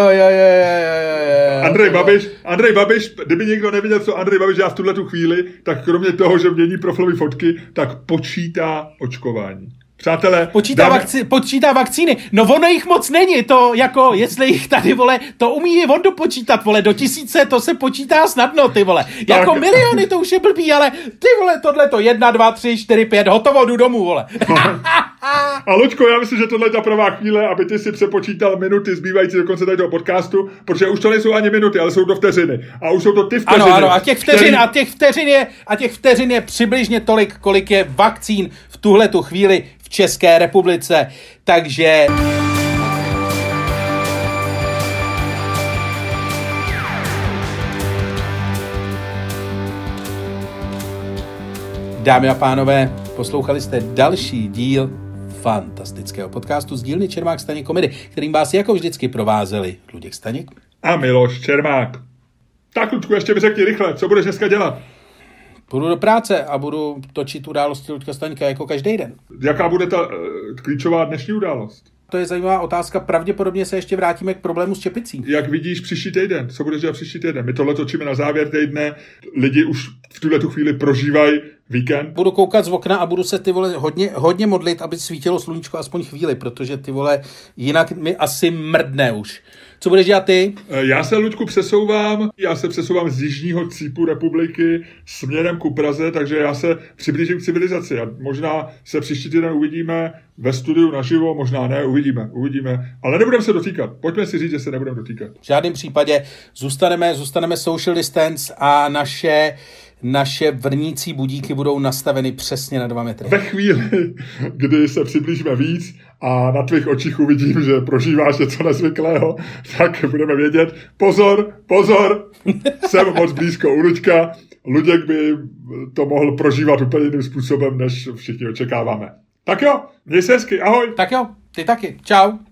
Andrej Babiš, kdyby někdo neviděl, co Andrej Babiš dělá v tuhletu chvíli, tak kromě toho, že mění profilové fotky, tak počítá očkování. Přátelé, počítá vakcíny. No ono jich moc není, to jako, jestli jich tady, vole, to umí on dopočítat, vole, do 1000 to se počítá snadno, ty vole. Jako miliony to už je blbý, ale ty vole, tohleto 1, 2, 3, 4, 5, hotovo, jdu domů, vole. A Luďko, já myslím, že tohle je ta pravá chvíle, aby ty si přepočítal minuty zbývající do konce toho podcastu, protože už to nejsou ani minuty, ale jsou to vteřiny. A už jsou to ty vteřiny. Ano, a těch vteřin je přibližně tolik, kolik je vakcín v tuhletu chvíli v České republice. Takže dámy a pánové, poslouchali jste další díl fantastického podcastu z dílny Čermák Staněk Komedy, kterým vás jako vždycky provázeli Luděk Staněk a Miloš Čermák. Tak, Luďku, ještě mi řekni rychle, co budeš dneska dělat? Půjdu do práce a budu točit události Luďka Staňka jako každý den. Jaká bude ta klíčová dnešní událost? To je zajímavá otázka. Pravděpodobně se ještě vrátíme k problému s čepicí. Jak vidíš příští týden? Co budeš dělat příští týden? My tohle točíme na závěr týdne. Lidi už v tuhletu chvíli prožívají víkend. Budu koukat z okna a budu se, ty vole, hodně modlit, aby svítilo sluníčko aspoň chvíli, protože, ty vole, jinak mi asi mrdne už. Co budeš dělat ty? Já se, Luďku, přesouvám z jižního cípu republiky směrem ku Praze, takže já se přiblížím k civilizaci a možná se příští týden uvidíme ve studiu naživo, možná ne, uvidíme, ale nebudeme se dotýkat. Pojďme si říct, že se nebudeme dotýkat. V žádném případě zůstaneme social distance a naše vrnící budíky budou nastaveny přesně na 2 metry. Ve chvíli, kdy se přiblížíme víc a na tvých očích uvidím, že prožíváš něco nezvyklého, tak budeme vědět, pozor, jsem moc blízko u Luďka. Luděk by to mohl prožívat úplně jiným způsobem, než všichni očekáváme. Tak jo, měj se hezky, ahoj. Tak jo, ty taky, čau.